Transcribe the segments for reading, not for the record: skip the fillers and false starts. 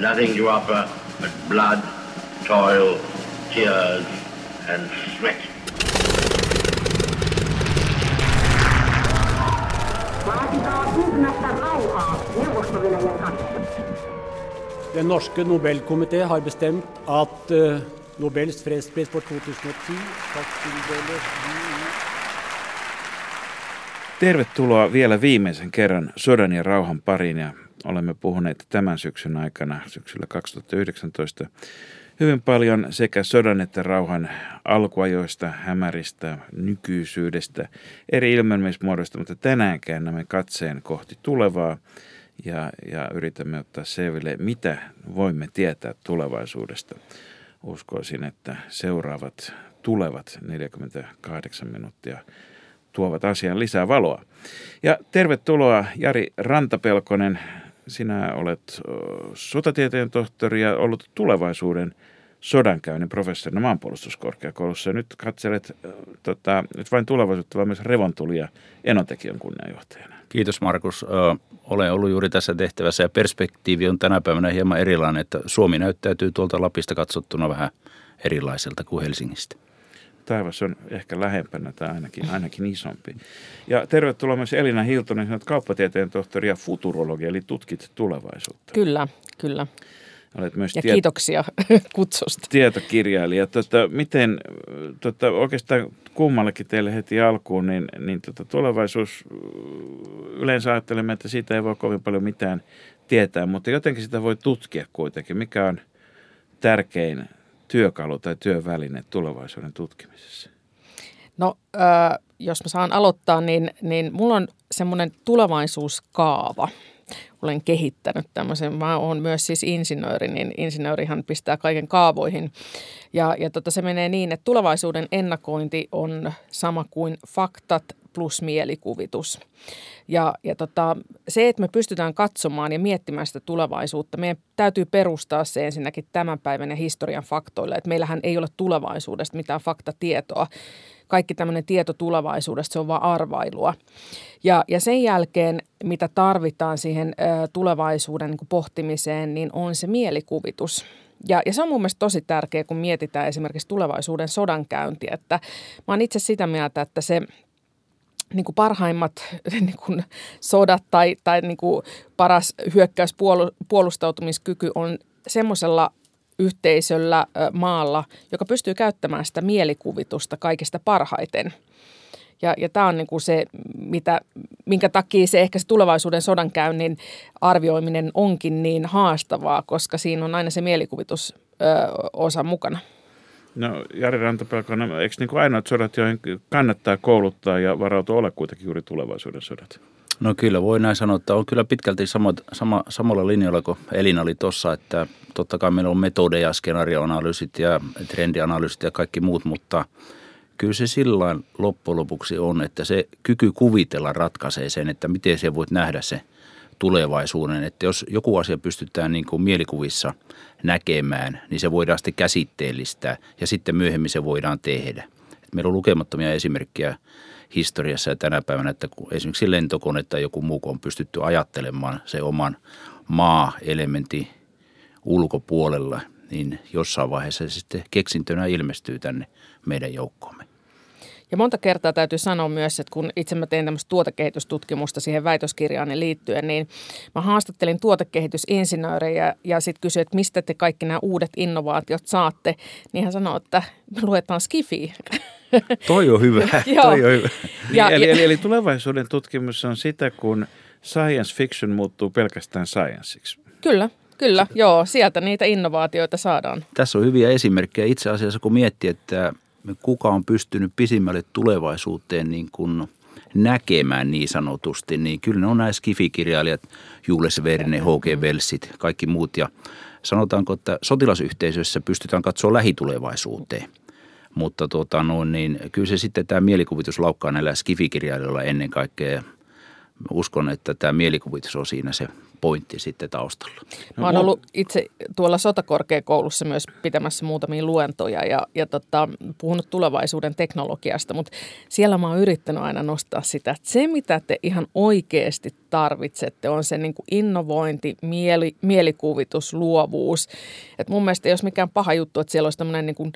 nothing to offer but blood, toil, tears and sweat. Vaatikaa kyhmästä rauhaa Neuvosto-Venäjän kanssa. Den norske Nobelkomité har bestemt at Nobels fredspris for 2010 skal tildeles. Tervetuloa vielä viimeisen kerran sodan ja rauhan pariin, ja olemme puhuneet tämän syksyn aikana, syksyllä 2019, hyvin paljon sekä sodan että rauhan alkuajoista, hämäristä, nykyisyydestä, eri ilmenemismuodoista, mutta tänään käännämme katseen kohti tulevaa ja yritämme ottaa selville, mitä voimme tietää tulevaisuudesta. Uskoisin, että seuraavat tulevat 48 minuuttia tuovat asiaan lisää valoa. Ja tervetuloa Jari Rantapelkonen. Sinä olet sotatieteen tohtori ja ollut tulevaisuuden sodankäynnin professorina Maanpuolustuskorkeakoulussa. Nyt katselet nyt vain tulevaisuutta, vaan myös revontulia Enontekiön kunnianjohtajana. Kiitos Markus. Olen ollut juuri tässä tehtävässä ja perspektiivi on tänä päivänä hieman erilainen, että Suomi näyttäytyy tuolta Lapista katsottuna vähän erilaiselta kuin Helsingistä. Taivas on ehkä lähempänä tai ainakin isompi. Ja tervetuloa myös Elina Hiltonen, sinä olet kauppatieteen tohtori ja futurologi, eli tutkit tulevaisuutta. Kyllä. Olet myös kiitoksia kutsusta. Tietokirjailija. Miten oikeastaan kummallekin teille heti alkuun, niin tulevaisuus, yleensä ajattelemme, että siitä ei voi kovin paljon mitään tietää, mutta jotenkin sitä voi tutkia kuitenkin. Mikä on tärkein työkalu tai työväline tulevaisuuden tutkimisessa? No, jos mä saan aloittaa, niin mulla on semmoinen tulevaisuuskaava. Olen kehittänyt tämmöisen. Mä oon myös siis insinööri, niin insinöörihan pistää kaiken kaavoihin. Ja se menee niin, että tulevaisuuden ennakointi on sama kuin faktat plus mielikuvitus. Ja se, että me pystytään katsomaan ja miettimään sitä tulevaisuutta, meidän täytyy perustaa se ensinnäkin tämän päivän ja historian faktoille. Että meillähän ei ole tulevaisuudesta mitään faktatietoa. Kaikki tämmöinen tieto tulevaisuudesta, se on vaan arvailua. Ja sen jälkeen, mitä tarvitaan siihen tulevaisuuden niin kuin pohtimiseen, niin on se mielikuvitus. Ja se on mun mielestä tosi tärkeää, kun mietitään esimerkiksi tulevaisuuden sodankäyntiä. Että mä oon itse sitä mieltä, että se niin kuin parhaimmat niin kuin sodat tai niin kuin paras hyökkäyspuolustautumiskyky on semmoisella yhteisöllä, maalla, joka pystyy käyttämään sitä mielikuvitusta kaikista parhaiten. Ja tämä on niin kuin se, minkä takia se ehkä se tulevaisuuden sodankäynnin arvioiminen onkin niin haastavaa, koska siinä on aina se mielikuvitusosa mukana. No Jari Rantapelkonen, eikö niin kuin ainoat sodat, joihin kannattaa kouluttaa ja varautua, ole kuitenkin juuri tulevaisuuden sodat? No kyllä voi näin sanoa, että on kyllä pitkälti samalla linjalla kuin Elina oli tuossa, että totta kai meillä on metodeja, skenaarioanalyysit ja trendianalyysit ja kaikki muut, mutta kyllä se sillain loppujen lopuksi on, että se kyky kuvitella ratkaisee sen, että miten se voit nähdä se tulevaisuuden. Että jos joku asia pystytään niin kuin mielikuvissa näkemään, niin se voidaan sitten käsitteellistää ja sitten myöhemmin se voidaan tehdä. Et meillä on lukemattomia esimerkkejä historiassa ja tänä päivänä, että kun esimerkiksi lentokone tai joku muu on pystytty ajattelemaan se oman maa-elementin ulkopuolella, niin jossain vaiheessa se sitten keksintönä ilmestyy tänne meidän joukkoomme. Ja monta kertaa täytyy sanoa myös, että kun itse mä tein tämmöistä tuotekehitystutkimusta siihen väitöskirjaani liittyen, niin mä haastattelin tuotekehitysinsinöörejä ja sitten kysyin, että mistä te kaikki nämä uudet innovaatiot saatte. Niin hän sanoi, että me luetaan skifiä. Toi on hyvä. Eli tulevaisuuden tutkimus on sitä, kun science fiction muuttuu pelkästään scienceiksi. Kyllä, joo, sieltä niitä innovaatioita saadaan. Tässä on hyviä esimerkkejä itse asiassa, kun miettii, että kuka on pystynyt pisimmälle tulevaisuuteen niin kuin näkemään niin sanotusti, niin kyllä ne on nämä skifikirjailijat, Jules Verne, H.G. Wellsit, kaikki muut. Ja sanotaanko, että sotilasyhteisössä pystytään katsoa lähitulevaisuuteen. Mutta niin kyllä se sitten tämä mielikuvitus laukkaa näillä skifikirjailijoilla ennen kaikkea. Uskon, että tämä mielikuvitus on siinä se pointti sitten taustalla. Mä oon ollut itse tuolla sotakorkeakoulussa myös pitämässä muutamia luentoja ja puhunut tulevaisuuden teknologiasta, mutta siellä mä oon yrittänyt aina nostaa sitä, että se mitä te ihan oikeasti tarvitsette on se niin kuin innovointi, mielikuvitus, luovuus. Et mun mielestä ei olisi mikään paha juttu, että siellä olisi tämmöinen niin kuin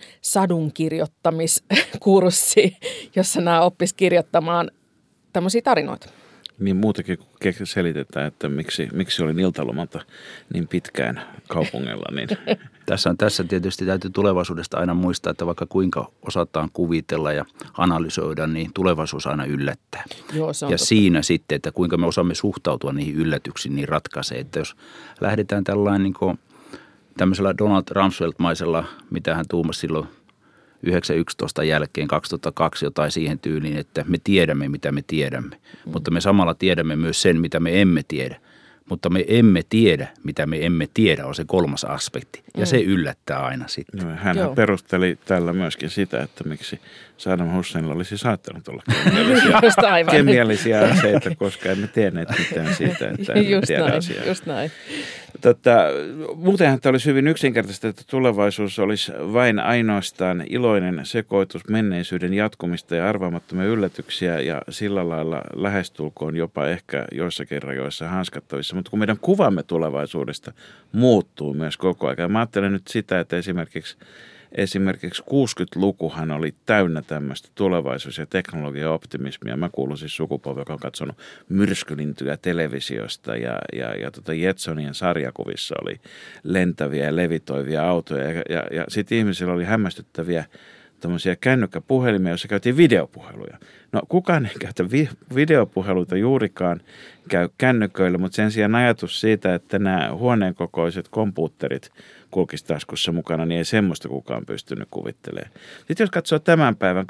sadunkirjoittamiskurssi, jossa nämä oppis kirjoittamaan tämmöisiä tarinoita. Niin muutakin kuin selitetään, että miksi olin iltalomalta niin pitkään kaupungilla. Niin. Tässä tietysti täytyy tulevaisuudesta aina muistaa, että vaikka kuinka osataan kuvitella ja analysoida, niin tulevaisuus aina yllättää. Joo, se on ja totta. siinä sitten, että kuinka me osaamme suhtautua niihin yllätyksiin, niin ratkaisee. Että jos lähdetään tämmöisellä Donald Rumsfeld-maisella, mitä hän tuumasi silloin 9.11 jälkeen 2002 jotain siihen tyyliin, että me tiedämme, mitä me tiedämme. Mutta me samalla tiedämme myös sen, mitä me emme tiedä. Mutta me emme tiedä, mitä me emme tiedä, on se kolmas aspekti. Ja se yllättää aina sitten. No, hän perusteli tällä myöskin sitä, että miksi Saddam Husseinilla olisi saattanut olla kemiallisia aseita, koska emme tienneet mitään siitä, että emme tiedä asiaa. Just näin. Muutenhan tämä olisi hyvin yksinkertaista, että tulevaisuus olisi vain ainoastaan iloinen sekoitus menneisyyden jatkumista ja arvaamattomia yllätyksiä ja sillä lailla lähestulkoon jopa ehkä joissakin rajoissa hanskattavissa. Mutta kun meidän kuvamme tulevaisuudesta muuttuu myös koko ajan. Mä ajattelen nyt sitä, että esimerkiksi 60-lukuhan oli täynnä tämmöistä tulevaisuus- ja teknologia-optimismia. Mä kuulun siis sukupolvi, joka on katsonut myrskylintyjä televisiosta ja Jetsonien sarjakuvissa oli lentäviä ja levitoivia autoja. Ja sitten ihmisillä oli hämmästyttäviä tämmöisiä kännykkäpuhelimia, joissa käytiin videopuheluja. No kukaan ei käytä videopuheluita juurikaan käy kännyköillä, mutta sen sijaan ajatus siitä, että nämä huoneen kokoiset kompuutterit kulkisi taskussa mukana, niin ei semmoista kukaan pystynyt kuvittelemaan. Sitten jos katsoo tämän päivän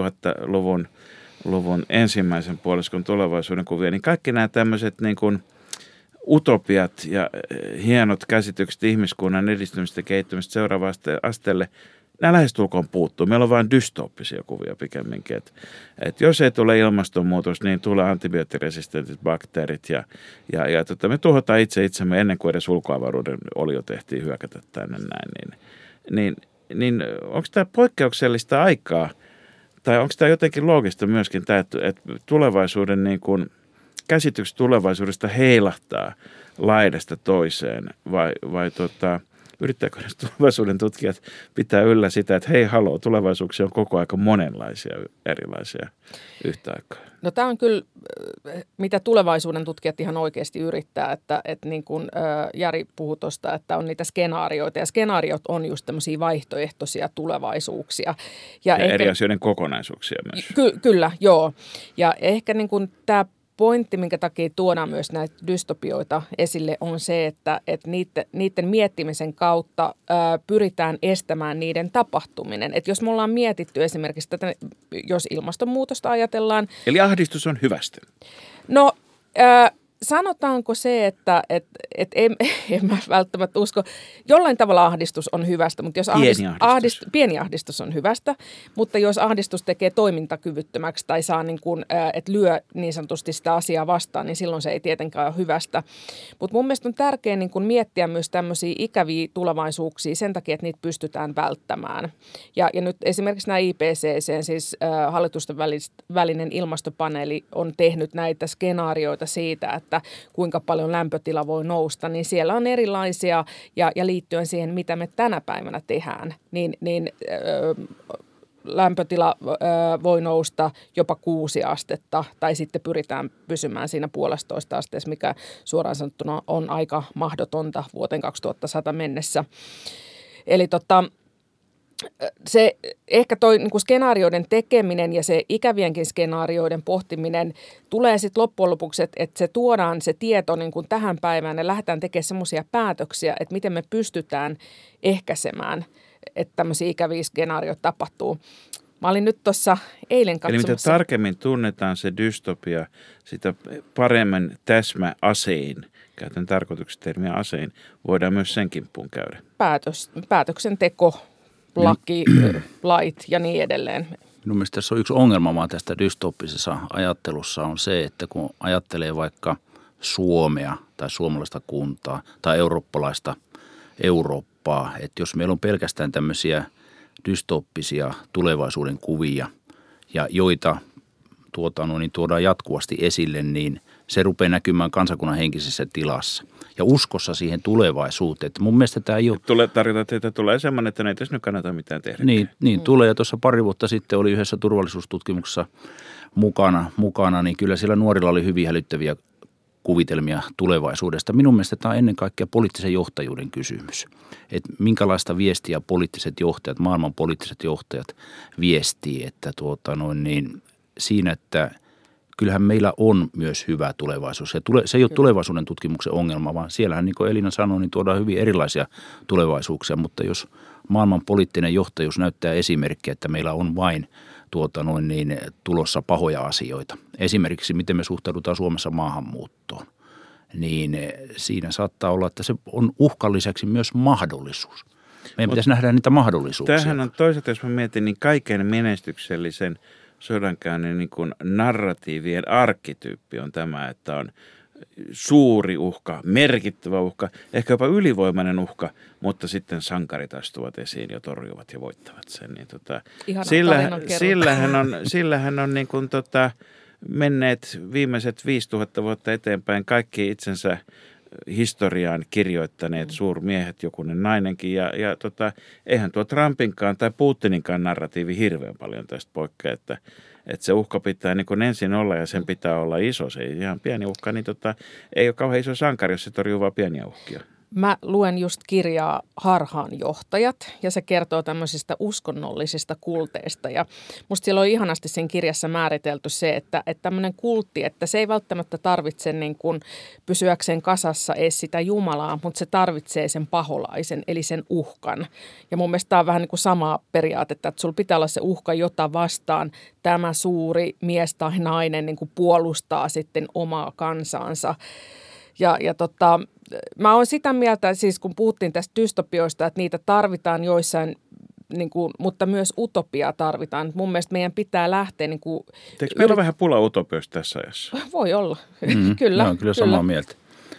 2000-luvun ensimmäisen puoliskon tulevaisuuden kuvia, niin kaikki nämä tämmöiset niin kuin utopiat ja hienot käsitykset ihmiskunnan edistymistä ja kehittymistä seuraavaan asteelle, nämä lähestulkoon puuttuu. Meillä on vain dystooppisia kuvia pikemminkin. Että jos ei tule ilmastonmuutos, niin tulee antibioottiresistentit bakteerit ja me tuhotaan itsemme ennen kuin edes ulkoavaruuden olio tehtiin hyökätä tänne näin. Niin onko tämä poikkeuksellista aikaa tai onko tämä jotenkin loogista myöskin tämä, että tulevaisuuden niin kuin käsitykset tulevaisuudesta heilahtaa laidasta toiseen vai yrittääkö tulevaisuuden tutkijat pitää yllä sitä, että hei haloo, tulevaisuuksia on koko aika monenlaisia erilaisia yhtä aikaa? No tämä on kyllä, mitä tulevaisuuden tutkijat ihan oikeasti yrittää, että niin kuin Jari puhui tuosta, että on niitä skenaarioita ja skenaariot on just tämmöisiä vaihtoehtoisia tulevaisuuksia. Ja ehkä, eri asioiden kokonaisuuksia myös. Kyllä, joo. Ja ehkä niin kuin tämä pointti, minkä takia tuodaan myös näitä dystopioita esille, on se, että niiden miettimisen kautta pyritään estämään niiden tapahtuminen. Että jos me ollaan mietitty esimerkiksi tätä, jos ilmastonmuutosta ajatellaan. Eli ahdistus on hyvästä. No, sanotaanko se, että en mä välttämättä usko. Jollain tavalla ahdistus on hyvästä, mutta jos pieni ahdistus on hyvästä, mutta jos ahdistus tekee toimintakyvyttömäksi tai saa niin kuin, että lyö niin sanotusti sitä asiaa vastaan, niin silloin se ei tietenkään ole hyvästä. Mutta mun mielestä on tärkeää niin kuin miettiä myös tämmöisiä ikäviä tulevaisuuksia sen takia, että niitä pystytään välttämään. Ja nyt esimerkiksi nämä IPCC, siis hallitusten välinen ilmastopaneeli, on tehnyt näitä skenaarioita siitä, että kuinka paljon lämpötila voi nousta, niin siellä on erilaisia ja liittyen siihen, mitä me tänä päivänä tehdään, niin lämpötila voi nousta jopa 6 astetta tai sitten pyritään pysymään siinä 1,5 asteessa, mikä suoraan sanottuna on aika mahdotonta vuoteen 2100 mennessä. Eli se ehkä toi niin kuin skenaarioiden tekeminen ja se ikävienkin skenaarioiden pohtiminen tulee sitten loppujen lopuksi, että se tuodaan se tieto niin kuin tähän päivään ja lähdetään tekemään semmoisia päätöksiä, että miten me pystytään ehkäisemään, että tämmöisiä ikäviä skenaarioita tapahtuu. Mä olin nyt tuossa eilen katsomassa. Eli mitä tarkemmin tunnetaan se dystopia, sitä paremmin täsmäasein, käytän tarkoituksessa termiä asein, voidaan myös sen kimppuun käydä. Päätöksenteko. Lait ja niin edelleen. Minun mielestä tässä on yksi ongelma vaan tästä dystoppisessa ajattelussa on se, että kun ajattelee vaikka Suomea tai suomalaista kuntaa tai eurooppalaista Eurooppaa. Että jos meillä on pelkästään tämmöisiä dystooppisia tulevaisuuden kuvia ja joita tuodaan jatkuvasti esille, niin se rupeaa näkymään kansakunnan henkisessä tilassa ja uskossa siihen tulevaisuuteen. Että mun mielestä tämä ei ole... Tarkoitat, että tulee semmoinen, että ei tässä nyt kannata mitään tehdä. Niin tulee. Ja tuossa pari vuotta sitten oli yhdessä turvallisuustutkimuksessa mukana, niin kyllä siellä nuorilla oli hyvin hälyttäviä kuvitelmia tulevaisuudesta. Minun mielestä tämä on ennen kaikkea poliittisen johtajuuden kysymys. Että minkälaista viestiä poliittiset johtajat, maailman poliittiset johtajat viestii, että siinä, että kyllähän meillä on myös hyvä tulevaisuus. Ja se ei ole tulevaisuuden tutkimuksen ongelma, vaan siellähän, niin kuin Elina sanoi, niin tuodaan hyvin erilaisia tulevaisuuksia. Mutta jos maailman poliittinen johtajuus näyttää esimerkkiä, että meillä on vain tulossa pahoja asioita. Esimerkiksi miten me suhtaudutaan Suomessa maahanmuuttoon. Niin siinä saattaa olla, että se on uhkan lisäksi myös mahdollisuus. Meidän pitäisi nähdä niitä mahdollisuuksia. Tämähän on toisaalta, jos mä mietin, niin kaiken menestyksellisen sodankäynnin niin kuin narratiivien arkkityyppi on tämä, että on suuri uhka, merkittävä uhka, ehkä jopa ylivoimainen uhka, mutta sitten sankarit astuvat esiin ja torjuvat ja voittavat sen. Niin sillähän on niin kuin menneet viimeiset 5000 vuotta eteenpäin kaikki itsensä historiaan kirjoittaneet suurmiehet, jokunen nainenkin, ja eihän tuo Trumpinkaan tai Putininkaan narratiivi hirveän paljon tästä poikkea, että se uhka pitää niin kuin ensin olla ja sen pitää olla iso, se ei ihan pieni uhka, niin ei ole kauhean iso sankari, jos se torjuu vaan pieniä uhkia. Mä luen just kirjaa Harhaanjohtajat ja se kertoo tämmöisistä uskonnollisista kulteista ja musta siellä on ihanasti sen kirjassa määritelty se, että tämmöinen kultti, että se ei välttämättä tarvitse niin kuin pysyäkseen kasassa edes sitä Jumalaa, mutta se tarvitsee sen paholaisen eli sen uhkan. Ja mun mielestä tämä on vähän niin kuin samaa periaatetta, että sulla pitää olla se uhka, jota vastaan tämä suuri mies tai nainen niin kuin puolustaa sitten omaa kansaansa. Ja mä oon sitä mieltä, siis kun puhuttiin tästä dystopioista, että niitä tarvitaan joissain, niin kuin, mutta myös utopiaa tarvitaan. Mun mielestä meidän pitää lähteä... Niin kuin, eikö meillä on vähän pula utopioista tässä ajassa? Voi olla, kyllä. No, kyllä samaa mieltä.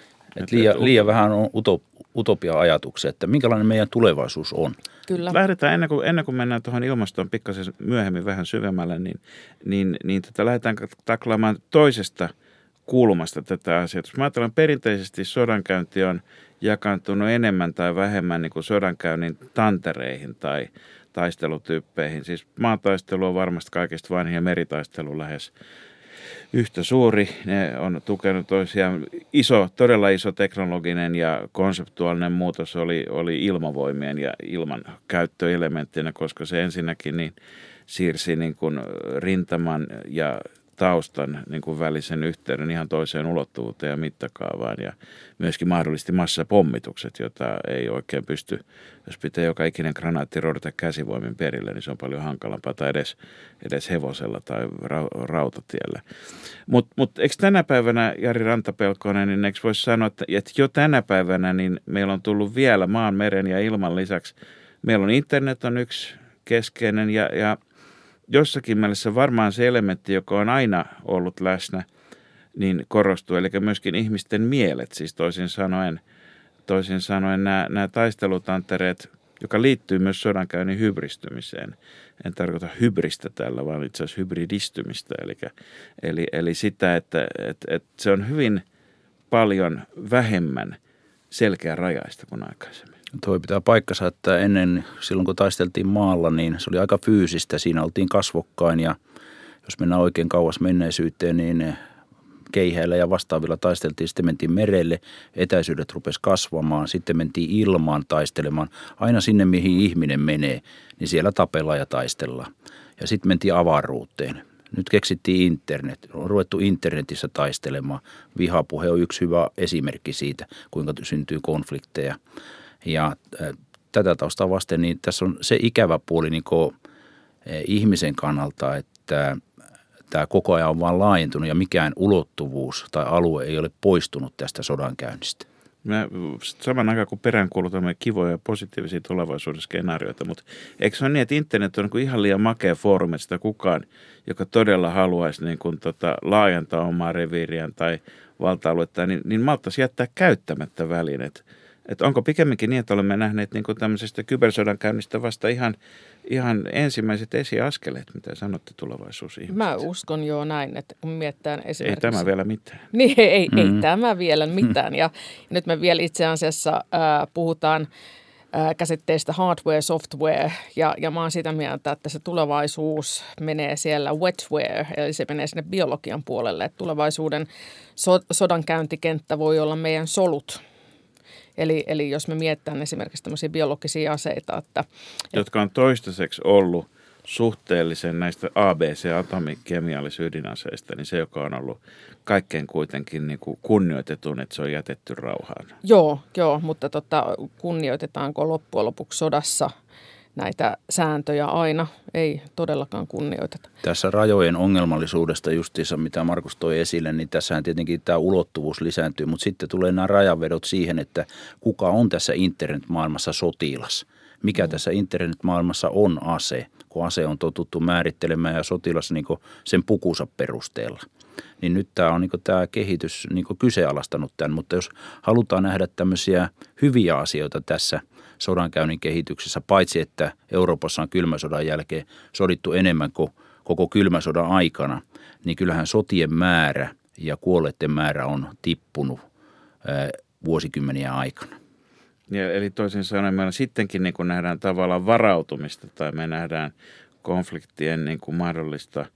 Liian vähän on utopia-ajatuksia, että minkälainen meidän tulevaisuus on. Kyllä. Lähdetään ennen kuin mennään tuohon ilmastoon pikkasen myöhemmin vähän syvemmälle, niin lähdetään taklaamaan toisesta kulmasta tätä asiaa. Jos mä ajattelen, perinteisesti sodankäynti on jakaantunut enemmän tai vähemmän niin kuin sodankäynnin tantereihin tai taistelutyyppeihin. Siis maataistelu on varmasti kaikista vanhin ja meritaistelu lähes yhtä suuri. Ne on tukenut toisiaan. Todella iso teknologinen ja konseptuaalinen muutos oli ilmavoimien ja ilman käyttöelementtinä, koska se ensinnäkin niin siirsi niin kuin rintaman ja taustan niin kuin välisen yhteyden ihan toiseen ulottuvuuteen ja mittakaavaan ja myöskin mahdollisesti massapommitukset, jota ei oikein pysty, jos pitää joka ikinen granaatti roudata käsivoimin perille, niin se on paljon hankalampaa tai edes hevosella tai rautatiellä. Mutta eikö tänä päivänä, Jari Rantapelkonen, niin eikö voisi sanoa, että jo tänä päivänä niin meillä on tullut vielä maan, meren ja ilman lisäksi, meillä on internet on yksi keskeinen ja jossakin mielessä varmaan se elementti, joka on aina ollut läsnä, niin korostuu. Eli myöskin ihmisten mielet, siis toisin sanoen nämä taistelutantereet, joka liittyy myös sodankäynnin hybristymiseen. En tarkoita hybristä tällä, vaan itse asiassa hybridistymistä. Eli sitä, että se on hyvin paljon vähemmän selkeärajaista kuin aikaisemmin. Tuo pitää paikkansa, että silloin kun taisteltiin maalla, niin se oli aika fyysistä. Siinä oltiin kasvokkain ja jos mennään oikein kauas menneisyyteen, niin keihäillä ja vastaavilla taisteltiin. Sitten mentiin merelle, etäisyydet rupesi kasvamaan, sitten mentiin ilmaan taistelemaan. Aina sinne, mihin ihminen menee, niin siellä tapellaan ja taistellaan. Ja sitten mentiin avaruuteen. Nyt keksittiin internet, on ruvettu internetissä taistelemaan. Vihapuhe on yksi hyvä esimerkki siitä, kuinka syntyy konflikteja. Ja tätä taustaa vasten, niin tässä on se ikävä puoli niin ihmisen kannalta, että tämä koko ajan on vaan laajentunut ja mikään ulottuvuus tai alue ei ole poistunut tästä sodankäynnistä. Mä saman aikaan kun peräänkuulutamme kivoja ja positiivisia tulevaisuuden skenaarioita, mutta eikö se ole niin, että internet on ihan liian makea foorumi, sitä kukaan, joka todella haluaisi niin kuin laajentaa omaa reviiriään tai valta-aluetta, niin malttaisi jättää käyttämättä välineet. Että onko pikemminkin niin, että olemme nähneet niin kuin tämmöisestä kybersodankäynnistä vasta ihan ensimmäiset esiaskeleet, mitä sanotte tulevaisuusihmiset? Mä uskon jo näin, että kun mietitään esimerkiksi... Ei tämä vielä mitään. Niin, ei tämä vielä mitään. Ja nyt me vielä itse asiassa puhutaan käsitteistä hardware, software, ja mä oon sitä mieltä, että se tulevaisuus menee siellä wetware, eli se menee sinne biologian puolelle, että tulevaisuuden sodankäyntikenttä voi olla meidän solut. Eli jos me mietitään esimerkiksi tämmöisiä biologisia aseita, jotka on toistaiseksi ollut suhteellisen näistä ABC-atomikemiallis-ydinaseista, niin se, joka on ollut kaikkein kuitenkin niin kuin kunnioitetun, että se on jätetty rauhaan. Joo, mutta kunnioitetaanko loppujen lopuksi sodassa näitä sääntöjä aina? Ei todellakaan kunnioiteta. Tässä rajojen ongelmallisuudesta justiinsa, mitä Markus toi esille, niin tässähän tietenkin tämä ulottuvuus lisääntyy, mutta sitten tulee nämä rajanvedot siihen, että kuka on tässä internetmaailmassa sotilas. Mikä tässä internetmaailmassa on ase, kun ase on totuttu määrittelemään ja sotilas niin kuin sen pukunsa perusteella. Niin nyt tämä on niin kuin tämä kehitys niin kuin kyseenalaistanut tämän, mutta jos halutaan nähdä tämmöisiä hyviä asioita tässä sodankäynnin kehityksessä, paitsi että Euroopassa on kylmän sodan jälkeen sodittu enemmän kuin koko kylmän sodan aikana, niin kyllähän sotien määrä ja kuolleiden määrä on tippunut vuosikymmeniä aikana. Ja, eli toisin sanoen meillä sittenkin niin kuin nähdään tavallaan varautumista tai me nähdään konfliktien niin kuin mahdollista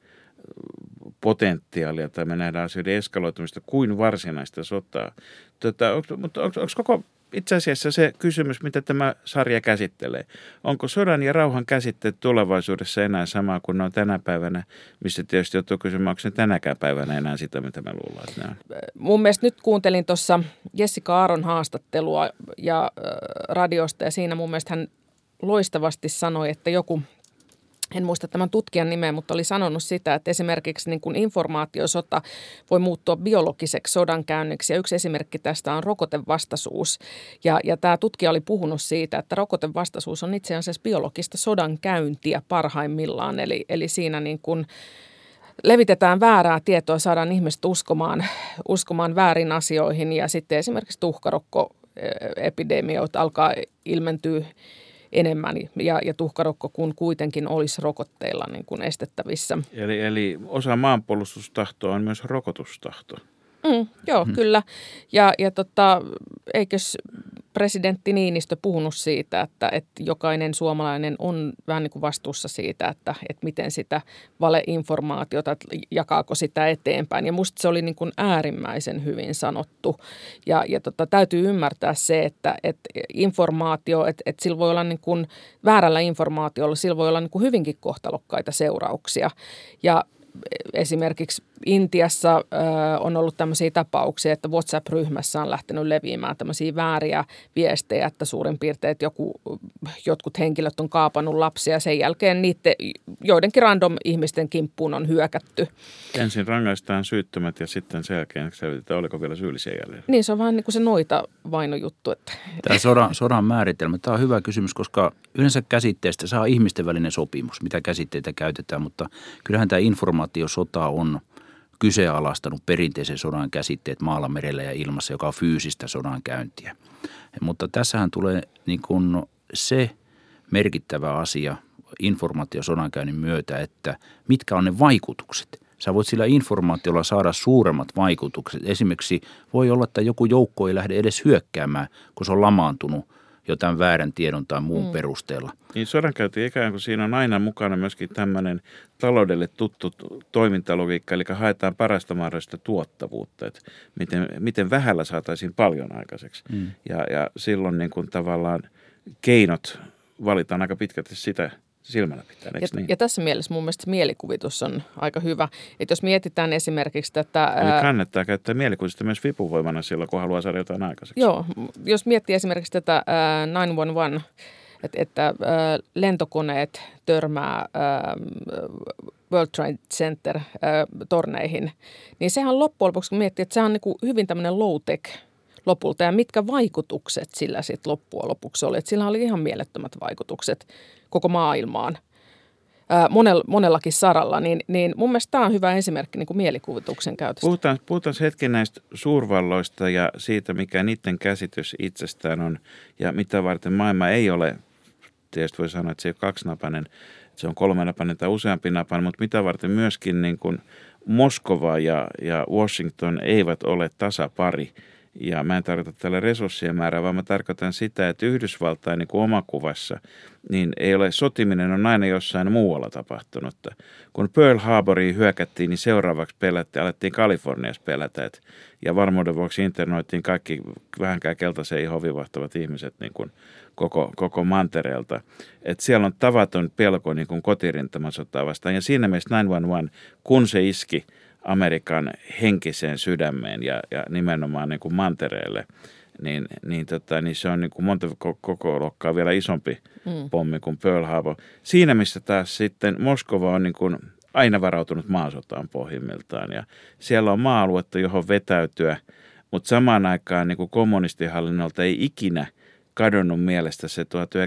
potentiaalia tai me nähdään asioiden eskaloitumista kuin varsinaista sotaa. Mutta onko koko itse asiassa se kysymys, mitä tämä sarja käsittelee? Onko sodan ja rauhan käsitteet tulevaisuudessa enää samaa kuin ne on tänä päivänä, missä tietysti joutuu kysymään, onko ne tänäkään päivänä enää sitä, mitä me luullaan, että ne on? Mun mielestä nyt kuuntelin tuossa Jessica Aaron haastattelua ja radiosta ja siinä mun mielestä hän loistavasti sanoi, että joku, en muista tämän tutkijan nimeä, mutta oli sanonut sitä, että esimerkiksi niin kuin informaatiosota voi muuttua biologiseksi sodankäynniksi. Ja yksi esimerkki tästä on rokotevastaisuus. Ja tämä tutkija oli puhunut siitä, että rokotevastaisuus on itse asiassa biologista sodankäyntiä parhaimmillaan. Eli siinä niin kuin levitetään väärää tietoa, saadaan ihmiset uskomaan väärin asioihin. Ja sitten esimerkiksi tuhkarokkoepidemioita alkaa ilmentyä enemmän ja tuhkarokko kun kuitenkin olisi rokotteilla niin kuin estettävissä. Eli osa maanpuolustustahtoa on myös rokotustahto. Joo, kyllä. Ja eikös presidentti Niinistö puhunut siitä, että jokainen suomalainen on vähän niin kuin vastuussa siitä, että miten sitä valeinformaatiota, jakaako sitä eteenpäin. Ja musta se oli niin kuin äärimmäisen hyvin sanottu. Ja täytyy ymmärtää se, että informaatio, että sillä voi olla niin kuin väärällä informaatiolla, sillä voi olla niin kuin hyvinkin kohtalokkaita seurauksia. Ja esimerkiksi Intiassa on ollut tämmöisiä tapauksia, että WhatsApp-ryhmässä on lähtenyt leviämään tämmöisiä vääriä viestejä, että suurin piirtein että jotkut henkilöt on kaapannut lapsia ja sen jälkeen joidenkin random ihmisten kimppuun on hyökätty. Ensin rangaistaan syyttömät ja sitten sen jälkeen selvitetään, oliko vielä syyllisiä jäljellä. Niin, se on vähän niin kuin se noita vainojuttu. Että. Tämä sodan määritelmä, tämä on hyvä kysymys, koska yleensä käsitteestä saa ihmisten välinen sopimus, mitä käsitteitä käytetään, mutta kyllähän tämä informaatiosota on kyseenalaistanut perinteisen sodan käsitteet maalla, merellä ja ilmassa, joka on fyysistä sodankäyntiä. Mutta tässähän tulee niin kuin se merkittävä asia informaatiosodankäynnin myötä, että mitkä on ne vaikutukset. Sä voit sillä informaatiolla saada suuremmat vaikutukset. Esimerkiksi voi olla, että joku joukko ei lähde edes hyökkäämään, kun se on lamaantunut jotain väärän tiedon tai muun perusteella. Niin sodankäynti ikään kuin siinä on aina mukana myöskin tämmöinen taloudelle tuttu toimintalogiikka, eli haetaan parasta mahdollista tuottavuutta, että miten vähällä saataisiin paljon aikaiseksi. Ja silloin niin kuin tavallaan keinot valitaan aika pitkälti sitä silmällä pitää, eikö niin? Ja tässä mielessä mun mielestä mielikuvitus on aika hyvä. Että jos mietitään esimerkiksi tätä... Eli kannattaa käyttää mielikuvitusta myös vipuvoimana silloin, kun haluaa saada jotain aikaiseksi. Joo, jos miettii esimerkiksi tätä 911, että lentokoneet törmää World Trade Center lopulta ja mitkä vaikutukset sillä sitten loppujen lopuksi oli. Että sillä oli ihan mielettömät vaikutukset koko maailmaan. Monellakin saralla, niin mun mielestä tämä on hyvä esimerkki niin kuin mielikuvituksen käytöstä. Puhutaan hetken näistä suurvalloista ja siitä, mikä niiden käsitys itsestään on ja mitä varten maailma ei ole, tietysti voi sanoa, että se ei ole kaksinapainen, se on kolmenapainen tai useampi napainen, mutta mitä varten myöskin niin kuin Moskova ja Washington eivät ole tasapari. Ja mä en tarkoita tällä resurssien määrää, vaan mä tarkoitan sitä, että Yhdysvaltain niin kuin omakuvassa, niin ei ole, sotiminen on aina jossain muualla tapahtunutta. Kun Pearl Harboriin hyökättiin, niin seuraavaksi alettiin Kaliforniassa pelätä. Ja varmuuden vuoksi internoitiin kaikki vähänkään keltaiseen hovivahtavat ihmiset niin kuin koko mantereelta. Että siellä on tavaton pelko niin kuin kotirintamansotaa vastaan. Ja siinä mielessä 911, kun se iski Amerikan henkiseen sydämeen ja nimenomaan niin kuin mantereelle, niin se on niin kuin monta koko luokkaa vielä isompi pommi kuin Pearl Harbor. Siinä missä taas sitten Moskova on niin kuin aina varautunut maasotaan pohjimmiltaan ja siellä on maa-aluetta, johon vetäytyä, mutta samaan aikaan niin kuin kommunistihallinnolta ei ikinä kadonnut mielestä se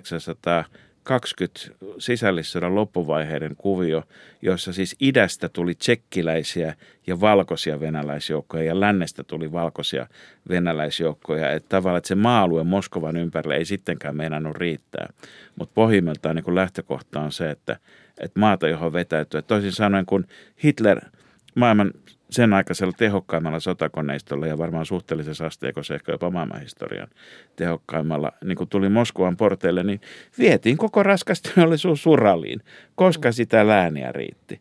1920 sisällissodan loppuvaiheiden kuvio, jossa siis idästä tuli tsekkiläisiä ja valkoisia venäläisjoukkoja ja lännestä tuli valkoisia venäläisjoukkoja. Että tavallaan että se maa-alue Moskovan ympärillä ei sittenkään meinannut riittää. Mutta pohjimmiltaan niin kun lähtökohta on se, että maata johon vetäytyy. Toisin sanoen kun Hitler maailman sen aikaisella tehokkaimmalla sotakoneistolla ja varmaan suhteellisessa asteikossa ehkä jopa maailmanhistorian tehokkaimmalla, niin kun tuli Moskovan porteille, niin vietiin koko raskas teollisuus Uraliin, koska sitä lääniä riitti.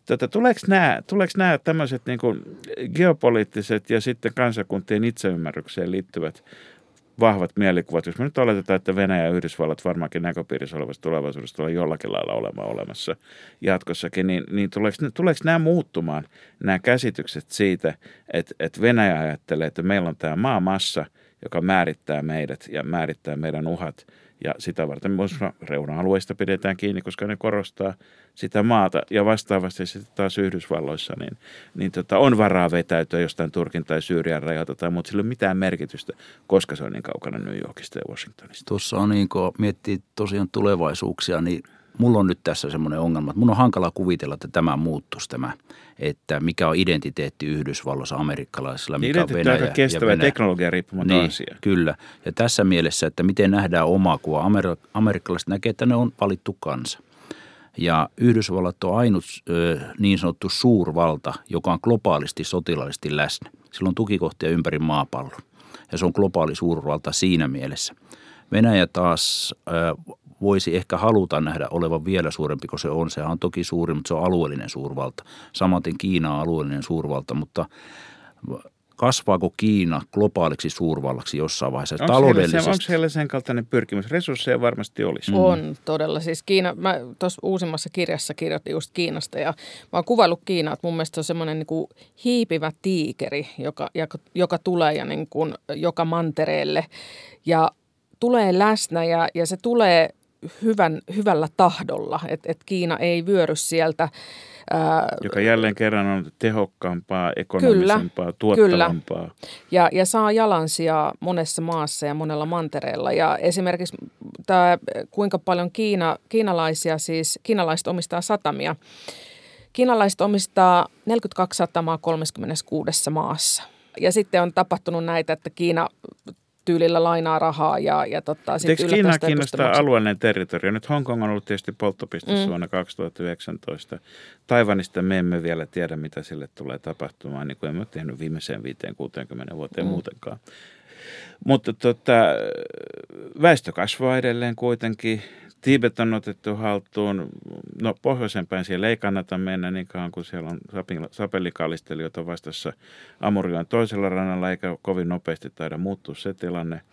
Tuleeko nämä tämmöiset niin kuin geopoliittiset ja sitten kansakuntien itseymmärrykseen liittyvät vahvat mielikuvat, jos me nyt oletetaan, että Venäjä ja Yhdysvallat varmaankin näköpiirissä olevassa tulevaisuudessa tulee jollakin lailla olemaan olemassa jatkossakin, niin tuleeko nämä muuttumaan, nämä käsitykset siitä, että Venäjä ajattelee, että meillä on tämä maamassa, joka määrittää meidät ja määrittää meidän uhat, ja sitä varten myös reuna-alueista pidetään kiinni, koska ne korostaa sitä maata, ja vastaavasti sitten taas Yhdysvalloissa, niin on varaa vetäytyä jostain Turkin tai Syyrian rajalta, mutta sillä ei ole mitään merkitystä, koska se on niin kaukana New Yorkista ja Washingtonista. Tuossa on niin, kun miettii tosiaan tulevaisuuksia, niin mulla on nyt tässä semmoinen ongelma, että mun on hankala kuvitella, että tämä muuttuisi että mikä on identiteetti Yhdysvalloissa, amerikkalaisilla, mikä on Venäjä. Aika kestävä teknologia riippumaton niin, asia. Kyllä. Ja tässä mielessä, että miten nähdään omaa kuva. Amerikkalaiset näkee, että ne on valittu kansa. Ja Yhdysvallat on ainut niin sanottu suurvalta, joka on globaalisti sotilaallisesti läsnä. Sillä on tukikohtia ympäri maapallon. Ja se on globaali suurvalta siinä mielessä. Venäjä taas voisi ehkä haluta nähdä olevan vielä suurempi kuin se on. Sehän on toki suuri, mutta se on alueellinen suurvalta. Samaten Kiina on alueellinen suurvalta, mutta kasvaako Kiina globaaliksi suurvallaksi jossain vaiheessa taloudellisesti? Onko siellä sen kaltainen pyrkimys? Resursseja varmasti olisi. On todella. Siis Kiina, mä tuossa uusimmassa kirjassa kirjoitin just Kiinasta ja mä oon kuvaillut Kiinaa, että mun mielestä se on semmoinen niin kuin hiipivä tiikeri, joka tulee ja niin kuin joka mantereelle ja tulee läsnä ja se tulee hyvällä tahdolla, että Kiina ei vyöry sieltä. Joka jälleen kerran on tehokkaampaa, ekonomisempaa, tuottavampaa. Kyllä. Ja saa jalansijaa monessa maassa ja monella mantereella. Ja esimerkiksi tämä, kuinka paljon kiinalaiset omistaa satamia. Kiinalaiset omistaa 42 satamaa 36 maassa. Ja sitten on tapahtunut näitä, että Kiina tyylillä lainaa rahaa ja eikö Kiinaa kiinnostaa alueellinen territorio? Nyt Hongkong on ollut tietysti polttopiste vuonna 2019. Taiwanista me emme vielä tiedä, mitä sille tulee tapahtumaan, niin kuin emme ole tehnyt viimeiseen 5-60 vuoteen muutenkaan. Mutta väestö kasvaa edelleen kuitenkin. Tiibet on otettu haltuun. No pohjoisempään siellä ei kannata mennä niin kauan, kun siellä on sapellikallistelijoita vastassa Amurjoen toisella rannalla, eikä kovin nopeasti taida muuttua se tilanne.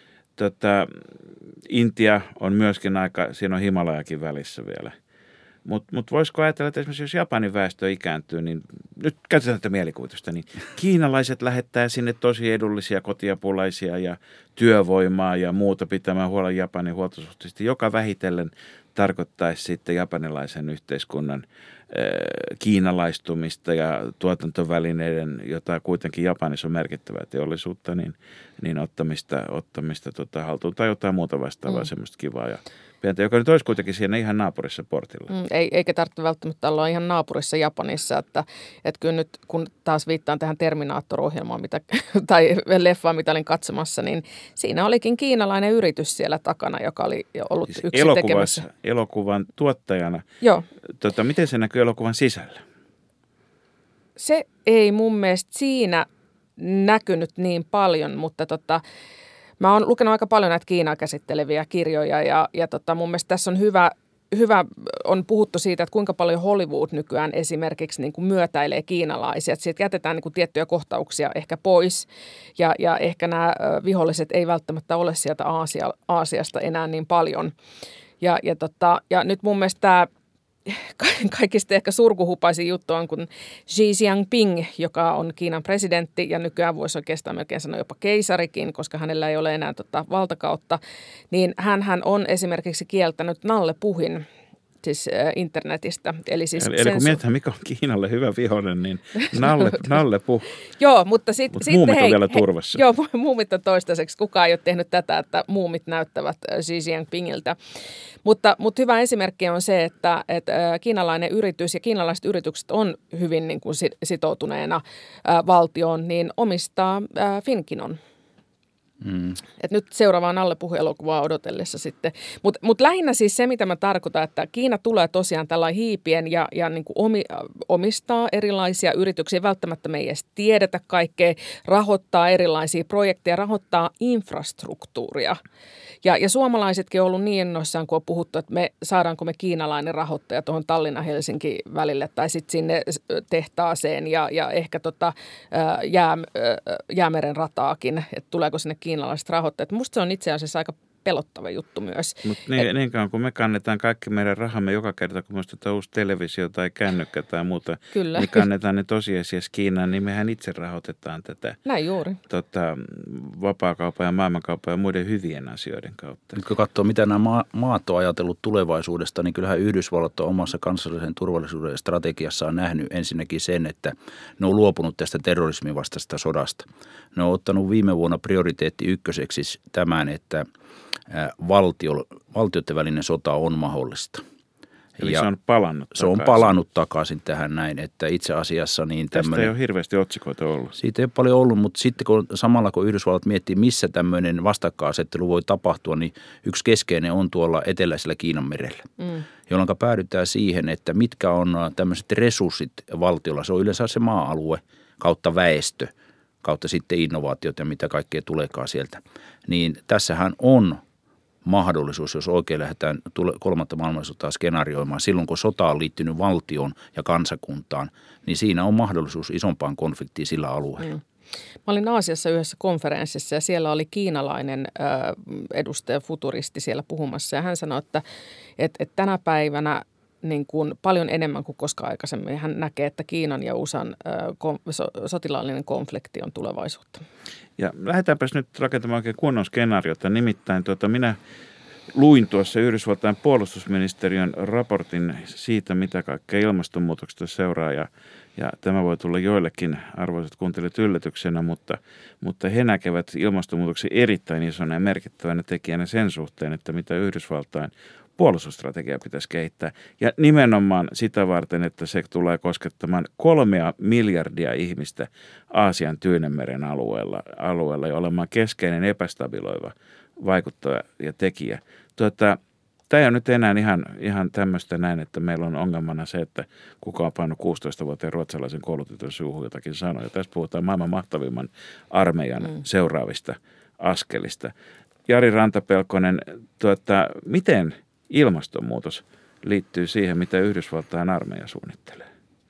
Intia on myöskin siinä on Himalajakin välissä vielä. Mutta voisiko ajatella, että esimerkiksi jos Japanin väestö ikääntyy, niin nyt käytetään tätä mielikuvitusta, niin kiinalaiset lähettää sinne tosi edullisia kotiapulaisia ja työvoimaa ja muuta pitämään huolen Japanin huoltosuhteista, joka vähitellen tarkoittaisi sitten japanilaisen yhteiskunnan kiinalaistumista ja tuotantovälineiden, jota kuitenkin Japanissa on merkittävää teollisuutta, niin ottamista haltuun tai jotain muuta vastaavaa semmoista kivaa ja pientä, joka nyt olisi kuitenkin siinä ihan naapurissa portilla. Eikä tarvitse välttämättä olla ihan naapurissa Japanissa, että kyllä nyt kun taas viittaan tähän Terminaattor-ohjelmaan tai leffaan, mitä olin katsomassa, niin siinä olikin kiinalainen yritys siellä takana, joka oli ollut siis yksi tekemässä. Elokuvan tuottajana. Joo. Miten se näkyy elokuvan sisällä? Se ei mun mielestä siinä näkynyt niin paljon, mutta mä oon lukenut aika paljon näitä Kiinaa käsitteleviä kirjoja ja mun mielestä tässä on hyvä on puhuttu siitä, että kuinka paljon Hollywood nykyään esimerkiksi niin kuin myötäilee kiinalaisia. Että siitä jätetään niin kuin tiettyjä kohtauksia ehkä pois ja ehkä nämä viholliset ei välttämättä ole sieltä Aasiasta enää niin paljon. Ja nyt mun mielestä tämä kaikista ehkä surkuhupaisin juttu on, kun Xi Jinping, joka on Kiinan presidentti ja nykyään voisi oikeastaan melkein sanoa jopa keisarikin, koska hänellä ei ole enää valtakautta, niin hän on esimerkiksi kieltänyt nallepuhin siis internetistä. Eli kun mietitään, mikä on Kiinalle hyvä vihollinen, niin nallepuh. Joo, mutta muumit on vielä turvassa. Joo, muumit on toistaiseksi. Kukaan ei ole tehnyt tätä, että muumit näyttävät Xi Jinpingiltä. Mutta hyvä esimerkki on se, että kiinalainen yritys ja kiinalaiset yritykset on hyvin niin kuin sitoutuneena valtioon, niin omistaa Finkinon. Et nyt seuraavaa nallepuhelokuvaa odotellessa sitten. Mut lähinnä siis se, mitä mä tarkoitan, että Kiina tulee tosiaan tällainen hiipien ja niin kuin omistaa erilaisia yrityksiä. Välttämättä me ei edes tiedetä kaikkea, rahoittaa erilaisia projekteja, rahoittaa infrastruktuuria. Ja suomalaisetkin on ollut niin innoissaan, kun on puhuttu, että saadaanko me kiinalainen rahoittaja tuohon Tallinna-Helsinki välille tai sitten sinne tehtaaseen ja ehkä Jäämeren rataakin, että tuleeko sinne kiinalaiset rahoittajat. Musta se on itse asiassa aika pelottava juttu myös. Mutta niin kauan kun me kannetaan kaikki meidän rahamme joka kerta, kun me uusi televisio tai kännykkä tai muuta, Kyllä. niin kannetaan ne tosiasiassa Kiinaan, niin mehän itse rahoitetaan tätä. Näin juuri. Vapaakaupan ja maailmankaupan ja muiden hyvien asioiden kautta. Nyt kun katsoo, mitä nämä maat on ajatellut tulevaisuudesta, niin kyllähän Yhdysvallat on omassa kansallisen turvallisuuden strategiassaan nähnyt ensinnäkin sen, että ne on luopunut tästä terrorismin vastaista sodasta. Ne on ottanut viime vuonna prioriteetti ykköseksi tämän, että valtioiden välinen sota on mahdollista. Eli ja se on palannut takaisin. Se on palannut takaisin tähän näin, että itse asiassa niin tästä ei ole hirveästi otsikoita ollut. Siitä ei ole paljon ollut, mutta sitten samalla kun Yhdysvallat miettii, missä tämmöinen vastakkainasettelu voi tapahtua, niin yksi keskeinen on tuolla eteläisellä Kiinanmerellä, jolloin päädytään siihen, että mitkä on tämmöiset resurssit valtiolla. Se on yleensä se maa-alue kautta väestö, kautta sitten innovaatiot ja mitä kaikkea tuleekaan sieltä. Niin tässähän on mahdollisuus, jos oikein lähdetään kolmatta maailmansotaa skenaarioimaan, silloin kun sota on liittynyt valtioon ja kansakuntaan, niin siinä on mahdollisuus isompaan konfliktiin sillä alueella. Mä olin Aasiassa yhdessä konferenssissa ja siellä oli kiinalainen edustaja, futuristi siellä puhumassa ja hän sanoi, että tänä päivänä niin kuin paljon enemmän kuin koskaan aikaisemmin hän näkee, että Kiinan ja USAn sotilaallinen konflikti on tulevaisuutta. Ja lähdetäänpäs nyt rakentamaan oikein kunnon skenaariota. Nimittäin minä luin tuossa Yhdysvaltain puolustusministeriön raportin siitä, mitä kaikkea ilmastonmuutoksesta seuraa. Ja tämä voi tulla joillekin arvoisat kuuntelijat yllätyksenä, mutta he näkevät ilmastonmuutoksen erittäin isona ja merkittävänä tekijänä sen suhteen, että mitä Yhdysvaltain puolustusstrategia pitäisi kehittää. Ja nimenomaan sitä varten, että se tulee koskettamaan 3 miljardia ihmistä Aasian Tyynenmeren alueella ja olemaan keskeinen epästabiloiva vaikuttaja ja tekijä. Tämä on nyt enää ihan tämmöistä näin, että meillä on ongelmana se, että kuka on pannut 16-vuotiaan ruotsalaisen koulutetun suuhun jotakin sanoja. Tässä puhutaan maailman mahtavimman armeijan seuraavista askelista. Jari Rantapelkonen, miten ilmastonmuutos liittyy siihen, mitä Yhdysvaltain armeija suunnittelee?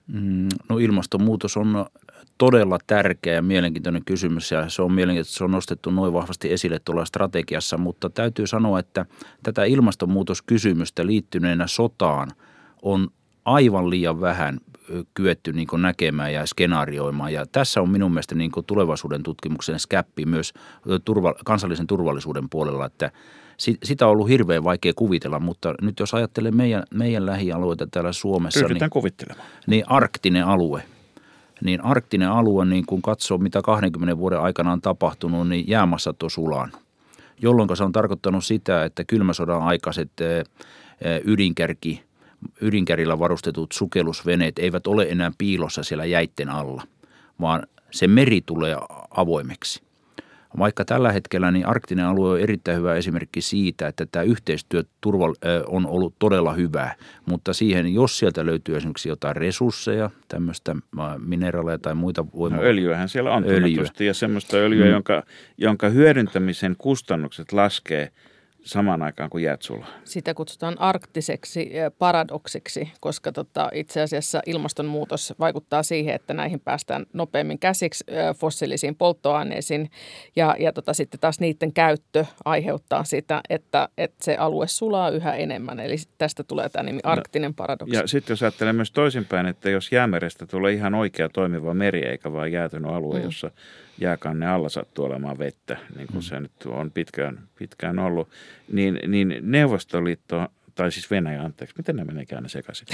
No ilmastonmuutos on todella tärkeä ja mielenkiintoinen kysymys ja se on mielenkiintoista, että se on nostettu noin vahvasti esille tuolla strategiassa, mutta täytyy sanoa, että tätä ilmastonmuutoskysymystä liittyneenä sotaan on aivan liian vähän kyetty niin kuin näkemään ja skenaarioimaan. Ja tässä on minun mielestä niin kuin tulevaisuuden tutkimuksen skappi myös kansallisen turvallisuuden puolella, että sitä on ollut hirveän vaikea kuvitella, mutta nyt jos ajattelee meidän lähialueita täällä Suomessa, ryhdytään kuvittelemaan. Niin arktinen alue. Niin arktinen alue, niin kun katsoo mitä 20 vuoden aikana on tapahtunut, niin jäämassat on sulanut. Jolloin se on tarkoittanut sitä, että kylmäsodan aikaiset ydinkärillä varustetut sukellusveneet eivät ole enää piilossa siellä jäitten alla, vaan se meri tulee avoimeksi. Vaikka tällä hetkellä niin arktinen alue on erittäin hyvä esimerkki siitä, että tämä yhteistyö on ollut todella hyvää, mutta siihen, jos sieltä löytyy esimerkiksi jotain resursseja, tämmöistä mineraaleja tai muita voimaa. No öljyähän siellä on tunnetusti ja semmoista öljyä, jonka hyödyntämisen kustannukset laskee samaan aikaan kuin jäät sulaa. Sitä kutsutaan arktiseksi paradoksiksi, koska itse asiassa ilmastonmuutos vaikuttaa siihen, että näihin päästään nopeammin käsiksi fossiilisiin polttoaineisiin ja sitten taas niiden käyttö aiheuttaa sitä, että se alue sulaa yhä enemmän. Eli tästä tulee tämä nimi arktinen paradoksi. Ja sitten jos ajattelee myös toisinpäin, että jos jäämerestä tulee ihan oikea toimiva meri eikä vaan jäätynyt alue, jossa jääkannen alla sattuu olemaan vettä, niin kuin se nyt on pitkään ollut, niin Neuvostoliitto, tai siis Venäjä, anteeksi, miten ne meneekään ne sekaisin,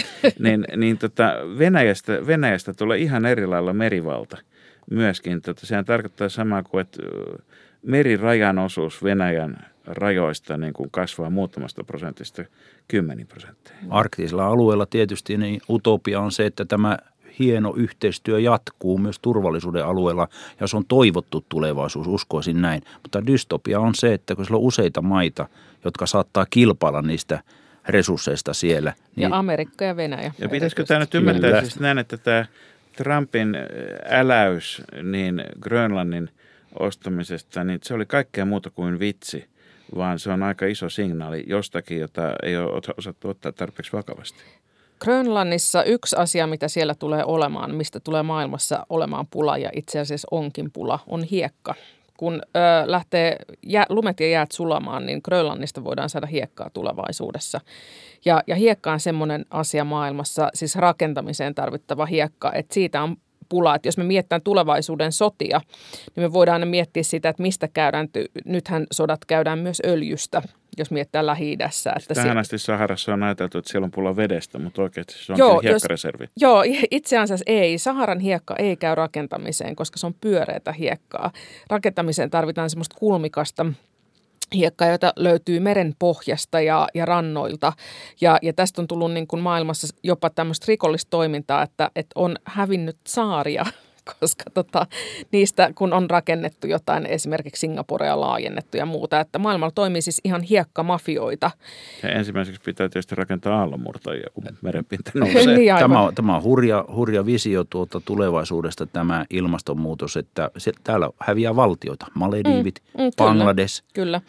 Venäjästä tulee ihan eri lailla merivalta myöskin. Sehän tarkoittaa samaa kuin, että merirajan osuus Venäjän rajoista niin kuin kasvaa muutamasta prosentista 10%. Arktisella alueella tietysti niin utopia on se, että tämä hieno yhteistyö jatkuu myös turvallisuuden alueella ja se on toivottu tulevaisuus, uskoisin näin. Mutta dystopia on se, että kun siellä on useita maita, jotka saattaa kilpailla niistä resursseista siellä. Niin ja Amerikka ja Venäjä. Ja pitäisikö tämä nyt ymmärtää siis näin, että tämä Trumpin äläys niin Grönlannin ostamisesta, niin se oli kaikkea muuta kuin vitsi, vaan se on aika iso signaali jostakin, jota ei ole osattu ottaa tarpeeksi vakavasti. Grönlannissa yksi asia, mitä siellä tulee olemaan, mistä tulee maailmassa olemaan pula ja itse asiassa onkin pula, on hiekka. Kun lähtee lumet ja jäät sulamaan, niin Grönlannista voidaan saada hiekkaa tulevaisuudessa. Ja hiekka on semmoinen asia maailmassa, siis rakentamiseen tarvittava hiekka, että siitä on pula. Että jos me mietitään tulevaisuuden sotia, niin me voidaan miettiä sitä, että mistä käydään. Nythän sodat käydään myös öljystä, jos mietitään Lähi-idässä. Tähän asti Saharassa on ajateltu, että siellä on pula vedestä, mutta oikeasti se on hiekkareservi. Joo, itse asiassa ei. Saharan hiekka ei käy rakentamiseen, koska se on pyöreätä hiekkaa. Rakentamiseen tarvitaan semmoista kulmikasta hiekkaa, jota löytyy meren pohjasta ja rannoilta. Ja tästä on tullut niin kuin maailmassa jopa tämmöistä rikollista toimintaa, että on hävinnyt saaria, koska niistä kun on rakennettu jotain, esimerkiksi Singaporea laajennettu ja muuta, että maailmalla toimii siis ihan hiekkamafioita. Ja ensimmäiseksi pitää tietysti rakentaa aallonmurtajia, kun merenpinta nousee. Niin, tämä on hurja visio tulevaisuudesta tämä ilmastonmuutos, että täällä häviää valtioita, Malediivit, Bangladesh. Kyllä.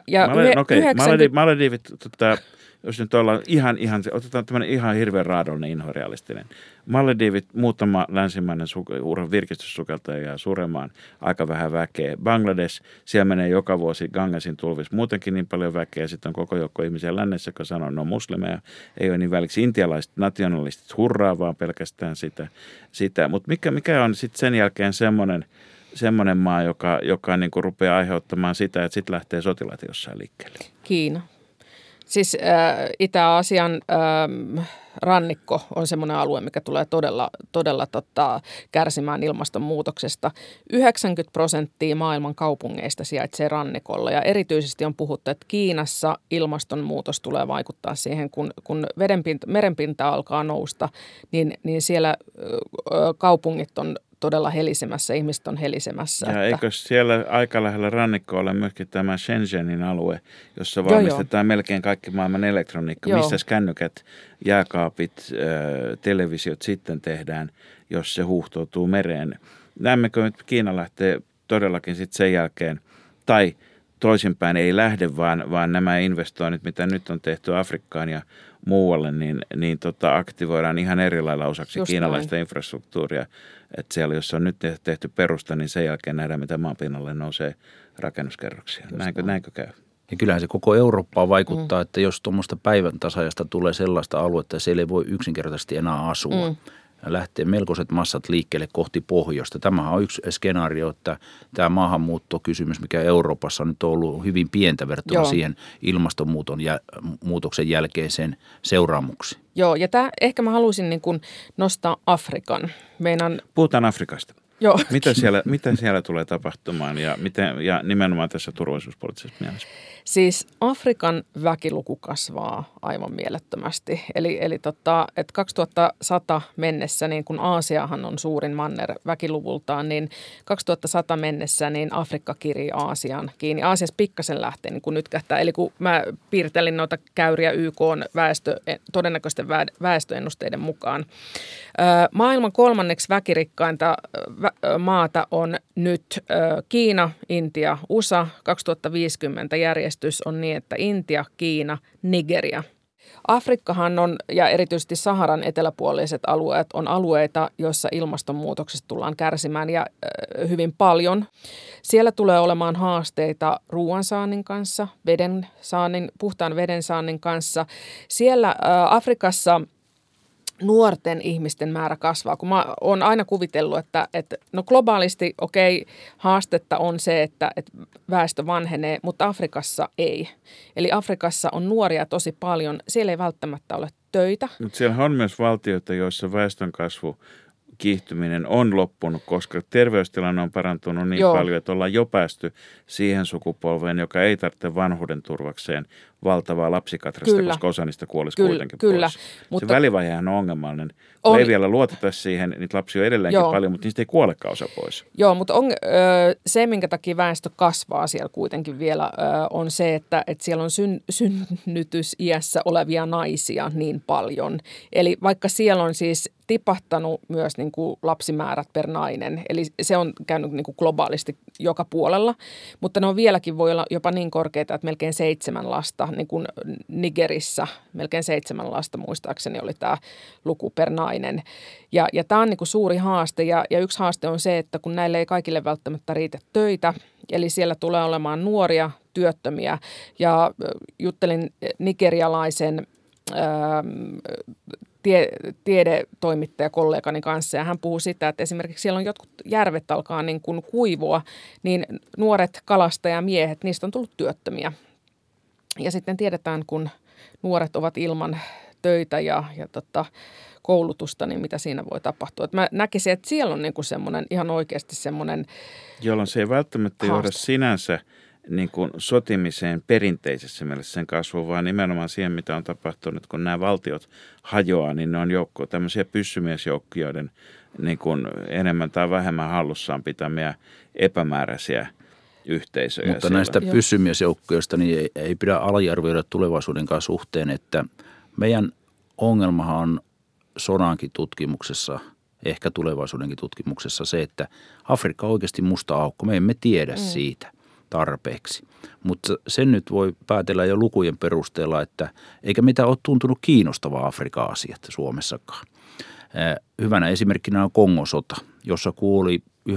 Maledivit, jos nyt ollaan otetaan tämmöinen ihan hirveän raadollinen inhorealistinen. Maledivit, muutama länsimainen virkistyssukeltaja jää suremaan, aika vähän väkeä. Bangladesh, siellä menee joka vuosi Gangesin tulvissa muutenkin niin paljon väkeä. Sitten on koko joukko ihmisiä lännessä, joka sanoo, että no muslimeja ei ole niin väliksi. Intialaiset nationalistit hurraa vaan pelkästään sitä. Mutta mikä on sitten sen jälkeen semmoinen maa, joka niin kuin rupeaa aiheuttamaan sitä, että sitten lähtee sotilaat jossain liikkeelle? Kiina. Siis Itä-Aasian rannikko on semmoinen alue, mikä tulee todella kärsimään ilmastonmuutoksesta. 90% maailman kaupungeista sijaitsee rannikolla ja erityisesti on puhuttu, että Kiinassa ilmastonmuutos tulee vaikuttaa siihen, kun merenpinta alkaa nousta, niin siellä kaupungit on todella helisemässä, ihmiset on helisemässä. Ja eikö siellä aika lähellä rannikkoa ole myöskin tämä Shenzhenin alue, jossa valmistetaan melkein kaikki maailman elektroniikka, missä kännykät, jääkaapit, televisiot sitten tehdään, jos se huuhtoutuu mereen. Näemmekö nyt Kiina lähtee todellakin sitten sen jälkeen, tai toisinpäin ei lähde, vaan nämä investoinnit, mitä nyt on tehty Afrikkaan ja muualle, niin aktivoidaan ihan eri lailla osaksi just kiinalaista infrastruktuuria. Että siellä, jos on nyt tehty perusta, niin sen jälkeen nähdään, mitä maanpinnalle nousee rakennuskerroksia. Näinkö käy? Ja kyllähän se koko Eurooppaan vaikuttaa, että jos tuommoista päivän tasajasta tulee sellaista aluetta, siellä ei voi yksinkertaisesti enää asua. lähtee melkoiset massat liikkeelle kohti pohjoista. Tämähän on yksi skenaario, että maahanmuuttokysymys, mikä Euroopassa on nyt ollut hyvin pientä verrattuna siihen ilmastonmuutoksen jälkeiseen seuraamuksiin. Joo, ja ehkä mä haluaisin niin kuin nostaa Afrikan. Puhutaan Afrikasta. Joo. Mitä siellä tulee tapahtumaan ja nimenomaan tässä turvallisuuspoliittisessa mielessä? Siis Afrikan väkiluku kasvaa aivan mielettömästi. Eli että 2100 mennessä, niin kun Aasiahan on suurin manner väkiluvultaan, niin 2100 mennessä niin Afrikka kirii Aasiaan kiinni. Aasiassa pikkasen lähtee niin kun nyt kähtää. Eli kun mä piirtelin noita käyriä YK:n todennäköisten väestöennusteiden mukaan. Maailman 3. väkirikkainta maata on nyt Kiina, Intia, USA. 2050 järjestys on niin, että Intia, Kiina, Nigeria. Afrikkahan on, ja erityisesti Saharan eteläpuoliset alueet, on alueita, joissa ilmastonmuutoksesta tullaan kärsimään ja hyvin paljon. Tulee olemaan haasteita ruoansaannin kanssa, puhtaan veden saannin kanssa. Siellä Afrikassa nuorten ihmisten määrä kasvaa, kun mä oon aina kuvitellut, että globaalisti haastetta on se, että väestö vanhenee, mutta Afrikassa ei. Eli Afrikassa on nuoria tosi paljon, siellä ei välttämättä ole töitä. Mutta siellä on myös valtioita, joissa väestönkasvu kiihtyminen on loppunut, koska terveystilanne on parantunut niin paljon, että ollaan jo päästy siihen sukupolveen, joka ei tarvitse vanhuuden turvakseen valtavaa lapsikatrasta, koska osa niistä kuolisi kuitenkin pois. Mutta se välivaihehan on ongelmallinen. Ei vielä luoteta siihen, niitä lapsia on edelleenkin paljon, mutta niistä ei kuolekaan osa pois. Joo, mutta se, minkä takia väestö kasvaa siellä kuitenkin vielä, on se, että siellä on synnytysiässä olevia naisia niin paljon. Eli vaikka siellä on siis tipahtanut myös niin kuin lapsimäärät per nainen, eli se on käynyt niin kuin globaalisti joka puolella, mutta ne on vieläkin voi olla jopa niin korkeita, että melkein 7 lasta, niin kuin Nigerissä, melkein 7 lasta muistaakseni oli tämä luku per nainen. Ja tämä on niin kuin suuri haaste, ja yksi haaste on se, että kun näille ei kaikille välttämättä riitä töitä, eli siellä tulee olemaan nuoria työttömiä, ja juttelin nigerialaisen tiedetoimittajakollegani kanssa, ja hän puhuu sitä, että esimerkiksi siellä on jotkut järvet alkaa niin kuin kuivua, niin nuoret kalastajamiehet, niistä on tullut työttömiä. Ja sitten tiedetään, kun nuoret ovat ilman töitä ja koulutusta, niin mitä siinä voi tapahtua. Että mä näkisin, että siellä on niin kuin semmoinen, ihan oikeasti semmoinen jolloin se ei välttämättä johda sinänsä niin kuin sotimiseen perinteisessä mielessä sen kasvu, vaan nimenomaan siihen, mitä on tapahtunut, kun nämä valtiot hajoaa, niin ne on tämmöisiä pyssymiesjoukkojen niin kuin enemmän tai vähemmän hallussaan pitämiä epämääräisiä yhteisöjä. Mutta näistä pyssymiesjoukkoista niin ei pidä aliarvioida tulevaisuudenkaan suhteen, että meidän ongelmahan on sodankin tutkimuksessa, ehkä tulevaisuudenkin tutkimuksessa se, että Afrikka on oikeasti musta aukko. Me emme tiedä siitä tarpeeksi. Mutta sen nyt voi päätellä jo lukujen perusteella, että eikä mitään ole tuntunut kiinnostavaa Afrikan asiat Suomessakaan. Hyvänä esimerkkinä on Kongon sota, jossa kuoli 1998-2008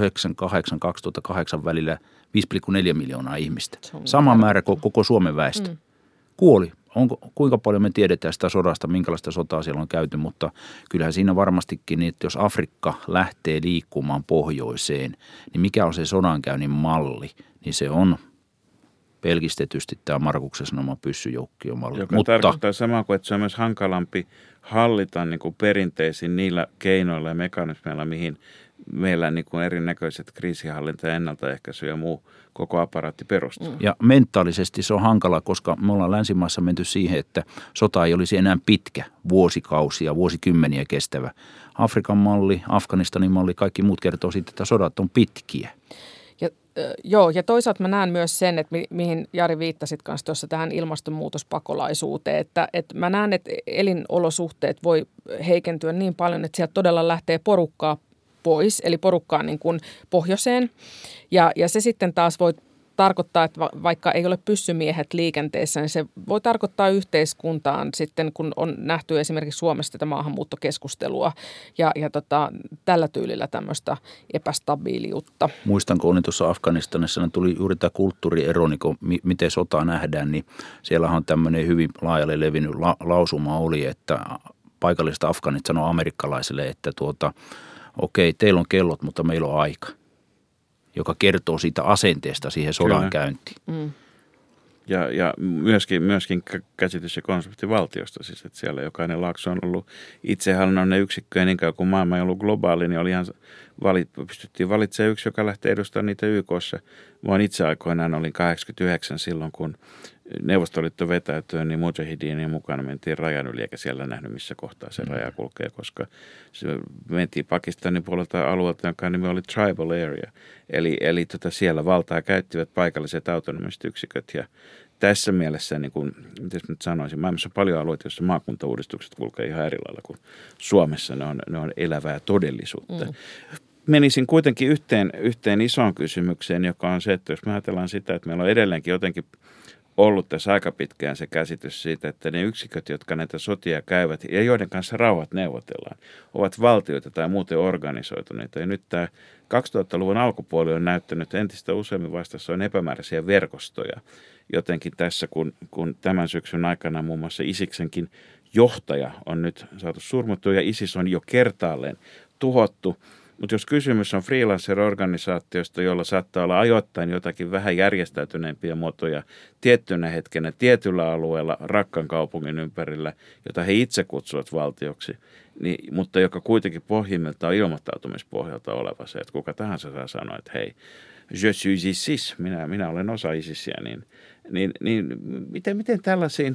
välillä 5,4 miljoonaa ihmistä. Sama määrä kuin koko Suomen väestö. Kuoli. Kuinka paljon me tiedetään sitä sodasta, minkälaista sotaa siellä on käyty, mutta kyllähän siinä varmastikin, että jos Afrikka lähtee liikkumaan pohjoiseen, niin mikä on se sodankäynnin malli, niin se on pelkistetysti tämä Markuksen sanoma pyssyjoukkion-malli. Joka tarkoittaa samaa kuin, että se on myös hankalampi hallita niin kuin perinteisin niillä keinoilla ja mekanismeilla, mihin meillä niin kuin erinäköiset kriisihallinta ja ennaltaehkäisy ja muu koko aparaatti perustuu. Ja mentaalisesti se on hankala, koska me ollaan länsimaissa menty siihen, että sota ei olisi enää pitkä, vuosikausia, vuosikymmeniä kestävä. Afrikan malli, Afganistanin malli, kaikki muut kertoo siitä, että sodat on pitkiä. Ja toisaalta mä näen myös sen, että mihin Jari viittasit kanssa tuossa tähän ilmastonmuutospakolaisuuteen, että mä näen, että elinolosuhteet voi heikentyä niin paljon, että sieltä todella lähtee porukkaa pois, eli porukkaa niin kuin pohjoiseen. Ja se sitten taas voi tarkoittaa, että vaikka ei ole pyssymiehet liikenteessä, niin se voi tarkoittaa yhteiskuntaan sitten, kun on nähty esimerkiksi Suomessa tätä maahanmuuttokeskustelua ja tällä tyylillä tämmöistä epästabiiliutta. Muistan, kun olin tuossa Afganistanissa, niin tuli juuri tämä kulttuuriero, niin miten sota nähdään, niin siellähän on tämmöinen hyvin laajalle levinnyt lausuma oli, että paikalliset afgaanit sanoo amerikkalaisille, että okei, teillä on kellot, mutta meillä on aika, joka kertoo siitä asenteesta siihen sodankäyntiin. Ja myöskin käsitys ja konsepti valtiosta, siis että siellä jokainen laakso on ollut itsehallinnollinen yksikkö, ja niin kauan kuin maailma ei ollut globaali, niin oli ihan pystyttiin valitsemaan yksi, joka lähtee edustamaan niitä YK:ssa. Mä itse aikoinaan olin 89 silloin, kun Neuvostoliitto vetäytyi, niin mujahidinien mukana mentiin rajan yli, eikä siellä nähnyt, missä kohtaa se raja kulkee, koska se mentiin Pakistanin puolelta alueelta, jonka nimi oli Tribal Area. Eli siellä valtaa käyttivät paikalliset autonomiset yksiköt, ja tässä mielessä, niin kuin, miten nyt sanoisin, maailmassa on paljon alueita, joissa maakuntauudistukset kulkee ihan eri lailla kuin Suomessa. Ne on elävää todellisuutta. Menisin kuitenkin yhteen isoon kysymykseen, joka on se, että jos me ajatellaan sitä, että meillä on edelleenkin jotenkin ollut tässä aika pitkään se käsitys siitä, että ne yksiköt, jotka näitä sotia käyvät ja joiden kanssa rauhat neuvotellaan, ovat valtioita tai muuten organisoituneita. Ja nyt tämä 2000-luvun alkupuoli on näyttänyt entistä useammin vastassa on epämääräisiä verkostoja. Jotenkin tässä, kun tämän syksyn aikana muun muassa Isiksenkin johtaja on nyt saatu surmottua ja ISIS on jo kertaalleen tuhottu. Mutta jos kysymys on freelancer-organisaatiosta, jolla saattaa olla ajoittain jotakin vähän järjestäytyneempiä muotoja tiettynä hetkenä tietyllä alueella Rakkan kaupungin ympärillä, jota he itse kutsuvat valtioksi, niin, mutta joka kuitenkin pohjimmiltaan ilmoittautumispohjalta oleva se, että kuka tahansa saa sanoa, että hei, je suis ISIS, minä olen osa ISISiä, niin miten tällaisiin,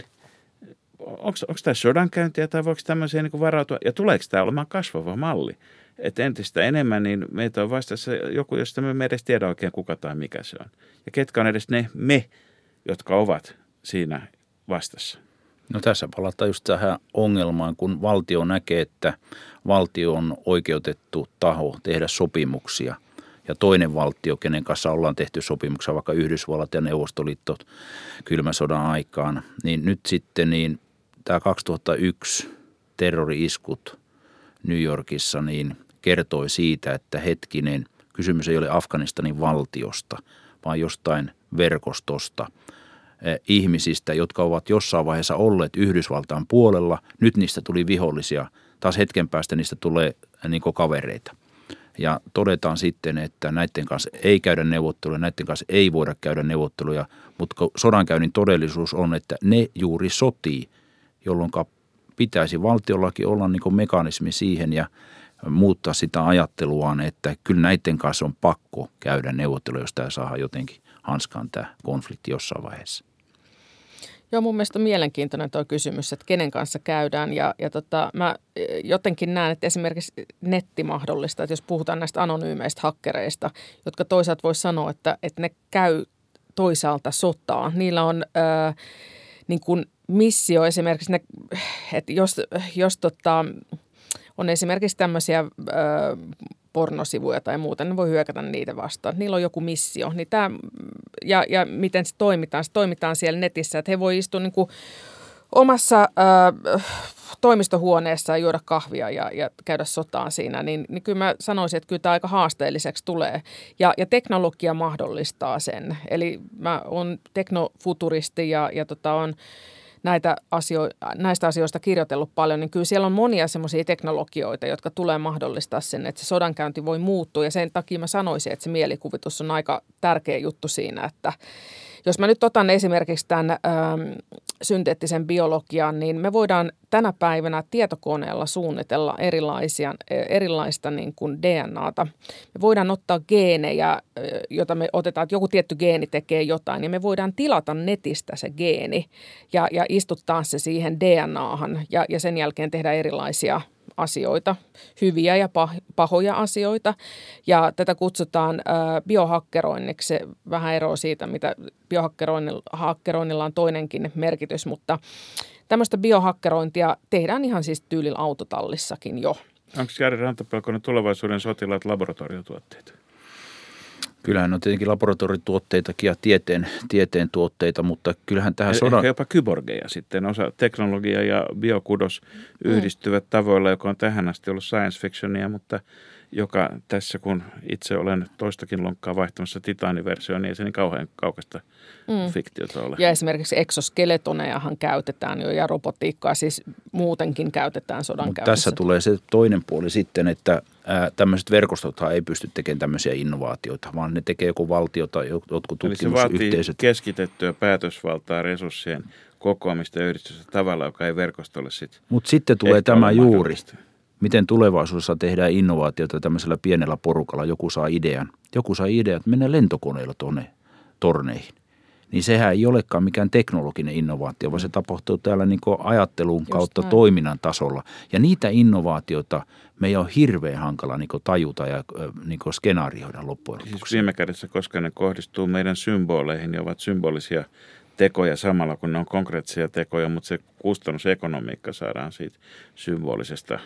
onko tämä sodankäyntiä tai voiko tämmöiseen niin varautua, ja tuleeko tämä olemaan kasvava malli? Että entistä enemmän niin meitä on vastassa joku, josta me edes tiedä oikein kuka tai mikä se on. Ja ketkä on edes me, jotka ovat siinä vastassa. No tässä palataan just tähän ongelmaan, kun valtio näkee, että valtio on oikeutettu taho tehdä sopimuksia. Ja toinen valtio, kenen kanssa ollaan tehty sopimuksia, vaikka Yhdysvallat ja Neuvostoliitto kylmän sodan aikaan, niin nyt sitten niin tämä 2001 terrori-iskut New Yorkissa niin kertoi siitä, että hetkinen, kysymys ei ole Afganistanin valtiosta, vaan jostain verkostosta, ihmisistä, jotka ovat jossain vaiheessa olleet Yhdysvaltain puolella. Nyt niistä tuli vihollisia, taas hetken päästä niistä tulee niin kuin kavereita. Ja todetaan sitten, että näiden kanssa ei käydä neuvotteluja, näiden kanssa ei voida käydä neuvotteluja, mutta sodankäynnin todellisuus on, että ne juuri sotii, jolloin pitäisi valtiollakin olla niin kuin mekanismi siihen ja muuttaa sitä ajatteluaan, että kyllä näiden kanssa on pakko käydä neuvotteluja, jos tämä saadaan jotenkin hanskaan tämä konflikti jossain vaiheessa. Joo, mun mielestä on mielenkiintoinen tuo kysymys, että kenen kanssa käydään ja mä jotenkin näen, että esimerkiksi netti mahdollista, että jos puhutaan näistä anonyymeistä hakkereista, jotka toisaalta voi sanoa, että ne käy toisaalta sotaa. Niillä on niin kuin missio esimerkiksi, että jos on esimerkiksi tämmöisiä pornosivuja tai muuta, ne voi hyökätä niitä vastaan. Niillä on joku missio. Niin ja miten se toimitaan? Se toimitaan siellä netissä, että he voi istua niin kuin omassa toimistohuoneessa ja juoda kahvia ja käydä sotaan siinä. Niin kyllä mä sanoisin, että kyllä tämä aika haasteelliseksi tulee. Ja teknologia mahdollistaa sen. Eli mä oon teknofuturisti ja on näistä asioista kirjoitellut paljon, niin kyllä siellä on monia semmoisia teknologioita, jotka tulee mahdollistaa sen, että se sodankäynti voi muuttua. Ja sen takia mä sanoisin, että se mielikuvitus on aika tärkeä juttu siinä, että jos mä nyt otan esimerkiksi tämän synteettisen biologian, niin me voidaan tänä päivänä tietokoneella suunnitella erilaista niin kuin DNAta. Me voidaan ottaa geenejä, jota me otetaan, että joku tietty geeni tekee jotain, ja me voidaan tilata netistä se geeni ja istuttaa se siihen DNAhan ja sen jälkeen tehdä erilaisia asioita, hyviä ja pahoja asioita. Ja tätä kutsutaan biohakkeroinniksi. Se vähän eroaa siitä, mitä biohakkeroinnilla on toinenkin merkitys, mutta tämmöistä biohakkerointia tehdään ihan siis tyylillä autotallissakin jo. Onko Jari Rantapelkonen tulevaisuuden sotilaat laboratoriotuotteita? Kyllähän on tietenkin laboratorituotteitakin ja tieteen tuotteita, mutta kyllähän tähän Ehkä jopa kyborgeja sitten. Osa teknologia ja biokudos yhdistyvät tavoilla, joka on tähän asti ollut science fictionia, mutta joka tässä, kun itse olen toistakin lonkkaa vaihtamassa titaaniversioon, niin ei se niin kauhean kaukasta fiktiota ole. Ja esimerkiksi eksoskeletonejahan käytetään jo ja robotiikkaa siis muutenkin käytetään sodan käynnissä. Tässä tulee se toinen puoli sitten, että tämmöiset verkostothan ei pysty tekemään tämmöisiä innovaatioita, vaan ne tekee joku valtio tai jotkut tutkimusyhteisöt. Eli se vaatii keskitettyä päätösvaltaa, resurssien kokoamista ja yhdistystä tavalla, joka ei verkostolle sitten. Mutta sitten tulee tämä juuri. Miten tulevaisuudessa tehdään innovaatiota tämmöisellä pienellä porukalla. Joku saa idean, että mennään lentokoneella tuonne torneihin. Niin sehän ei olekaan mikään teknologinen innovaatio, vaan se tapahtuu täällä niin kuin ajattelun kautta toiminnan tasolla. Ja niitä innovaatioita meidän on hirveän hankala niin kuin tajuta ja niin kuin skenaarioida loppujen lopuksi. Siis viime kädessä, koska ne kohdistuu meidän symboleihin, ne ovat symbolisia tekoja samalla, kun ne on konkreettisia tekoja, mutta se kustannusekonomiikka saadaan siitä symbolisesta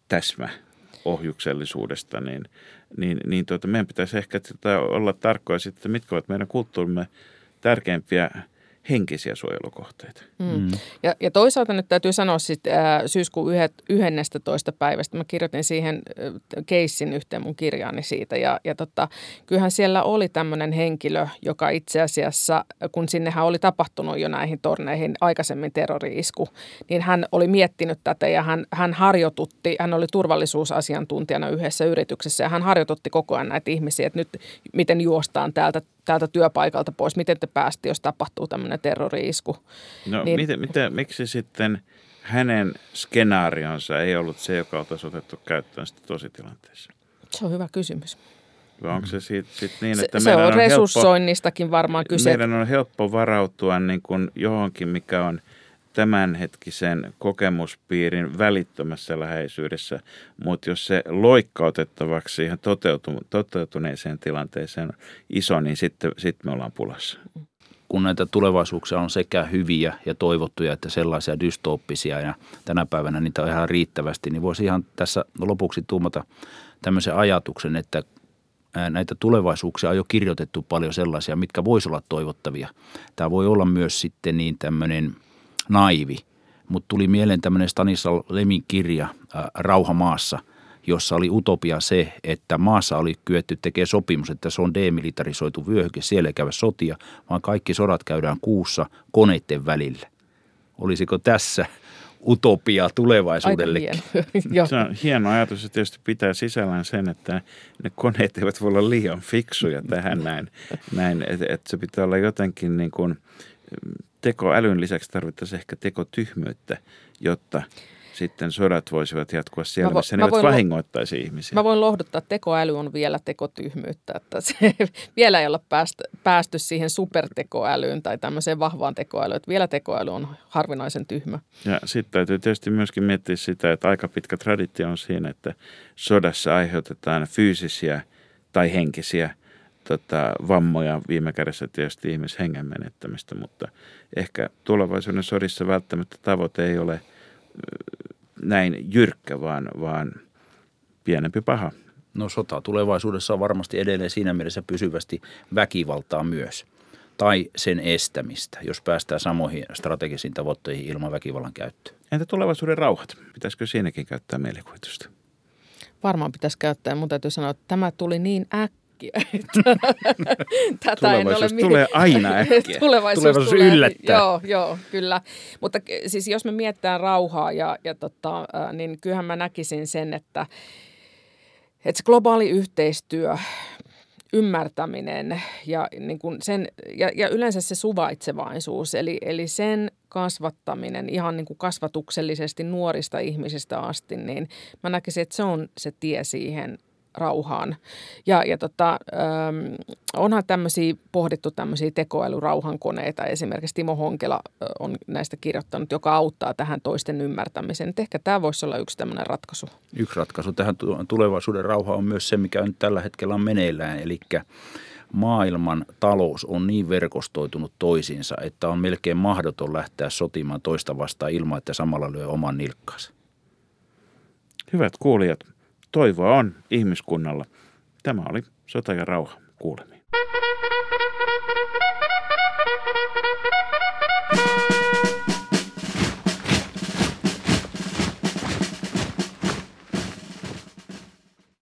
täsmäohjuksellisuudesta, niin meidän pitäisi ehkä olla tarkkoja sitten, mitkä ovat meidän kulttuurimme tärkeimpiä henkisiä suojelukohteita. Ja toisaalta nyt täytyy sanoa sitten syyskuun 11. päivästä. Mä kirjoitin siihen keissin yhteen mun kirjaani siitä. Ja kyllähän siellä oli tämmöinen henkilö, joka itse asiassa, kun sinnehän oli tapahtunut jo näihin torneihin aikaisemmin terrori-isku, niin hän oli miettinyt tätä ja hän harjoitutti, hän oli turvallisuusasiantuntijana yhdessä yrityksessä ja hän harjoitutti koko ajan näitä ihmisiä, että nyt miten juostaan täältä työpaikalta pois, miten te päästi, jos tapahtuu tämmöinen terrori-isku. No miksi sitten hänen skenaarionsa ei ollut se, joka oltaisiin otettu käyttöön sitten tositilanteessa? Se on hyvä kysymys. Vai onko se sitten niin, että se on resurssoinnistakin varmaan kyse. Meidän on helppo varautua niin kuin johonkin, mikä on tämänhetkisen kokemuspiirin välittömässä läheisyydessä, mutta jos se loikkautettavaksi siihen toteutuneeseen tilanteeseen iso, niin sitten me ollaan pulassa. Kun näitä tulevaisuuksia on sekä hyviä ja toivottuja että sellaisia dystooppisia ja tänä päivänä niitä on ihan riittävästi, niin voisi ihan tässä lopuksi tuumata tämmöisen ajatuksen, että näitä tulevaisuuksia on jo kirjoitettu paljon sellaisia, mitkä voisi olla toivottavia. Tämä voi olla myös sitten niin tämmöinen naivi, mutta tuli mieleen tämmöinen Stanislav Lemin kirja Rauha maassa, jossa oli utopia se, että maassa oli kyetty tekemään sopimus, että se on demilitarisoitu vyöhyke, siellä ei käydä sotia, vaan kaikki sodat käydään kuussa koneiden välillä. Olisiko tässä utopia tulevaisuudellekin? Se on hieno ajatus, että tietysti pitää sisällään sen, että ne koneet eivät voi olla liian fiksuja tähän näin että se pitää olla jotenkin niin kuin tekoälyn lisäksi tarvittaisiin ehkä tekotyhmyyttä, jotta sitten sodat voisivat jatkua siellä, missä ne eivät vahingoittaisi ihmisiä. Mä voin lohduttaa, että tekoäly on vielä tekotyhmyyttä, että se vielä ei olla päästy siihen supertekoälyyn tai tämmöiseen vahvaan tekoälyyn, että vielä tekoäly on harvinaisen tyhmä. Ja sitten täytyy tietysti myöskin miettiä sitä, että aika pitkä traditio on siinä, että sodassa aiheutetaan fyysisiä tai henkisiä vammoja, viime kädessä tietysti ihmishengen menettämistä, mutta ehkä tulevaisuuden sodissa välttämättä tavoite ei ole näin jyrkkä, vaan pienempi paha. No sota tulevaisuudessa on varmasti edelleen siinä mielessä pysyvästi väkivaltaa myös, tai sen estämistä, jos päästään samoihin strategisiin tavoitteihin ilman väkivallan käyttöä. Entä tulevaisuuden rauhat? Pitäisikö siinäkin käyttää mielikuvitusta? Varmaan pitäisi käyttää, mutta täytyy sanoa, että tämä tuli niin äkkiä. Tulevaisuus tulee aina äkkiä. Tulevaisuus yllättää. Joo, kyllä. Mutta siis jos me mietitään rauhaa, niin kyllähän mä näkisin sen, että se globaali yhteistyö, ymmärtäminen ja, niin kuin sen, ja yleensä se suvaitsevaisuus, eli sen kasvattaminen ihan niin kuin kasvatuksellisesti nuorista ihmisistä asti, niin mä näkisin, että se on se tie siihen rauhaan. Onhan pohdittu tämmöisiä tekoälyrauhankoneita. Esimerkiksi Timo Honkela on näistä kirjoittanut, joka auttaa tähän toisten ymmärtämiseen. Ehkä tämä voisi olla yksi tämmöinen ratkaisu. Yksi ratkaisu tähän tulevaisuuden rauhaan on myös se, mikä nyt tällä hetkellä on meneillään. Eli maailman talous on niin verkostoitunut toisiinsa, että on melkein mahdoton lähteä sotimaan toista vastaan ilman, että samalla lyö oman nilkkansa. Hyvät kuulijat. Toivoa on ihmiskunnalla. Tämä oli Sota ja rauha. Kuulemiin.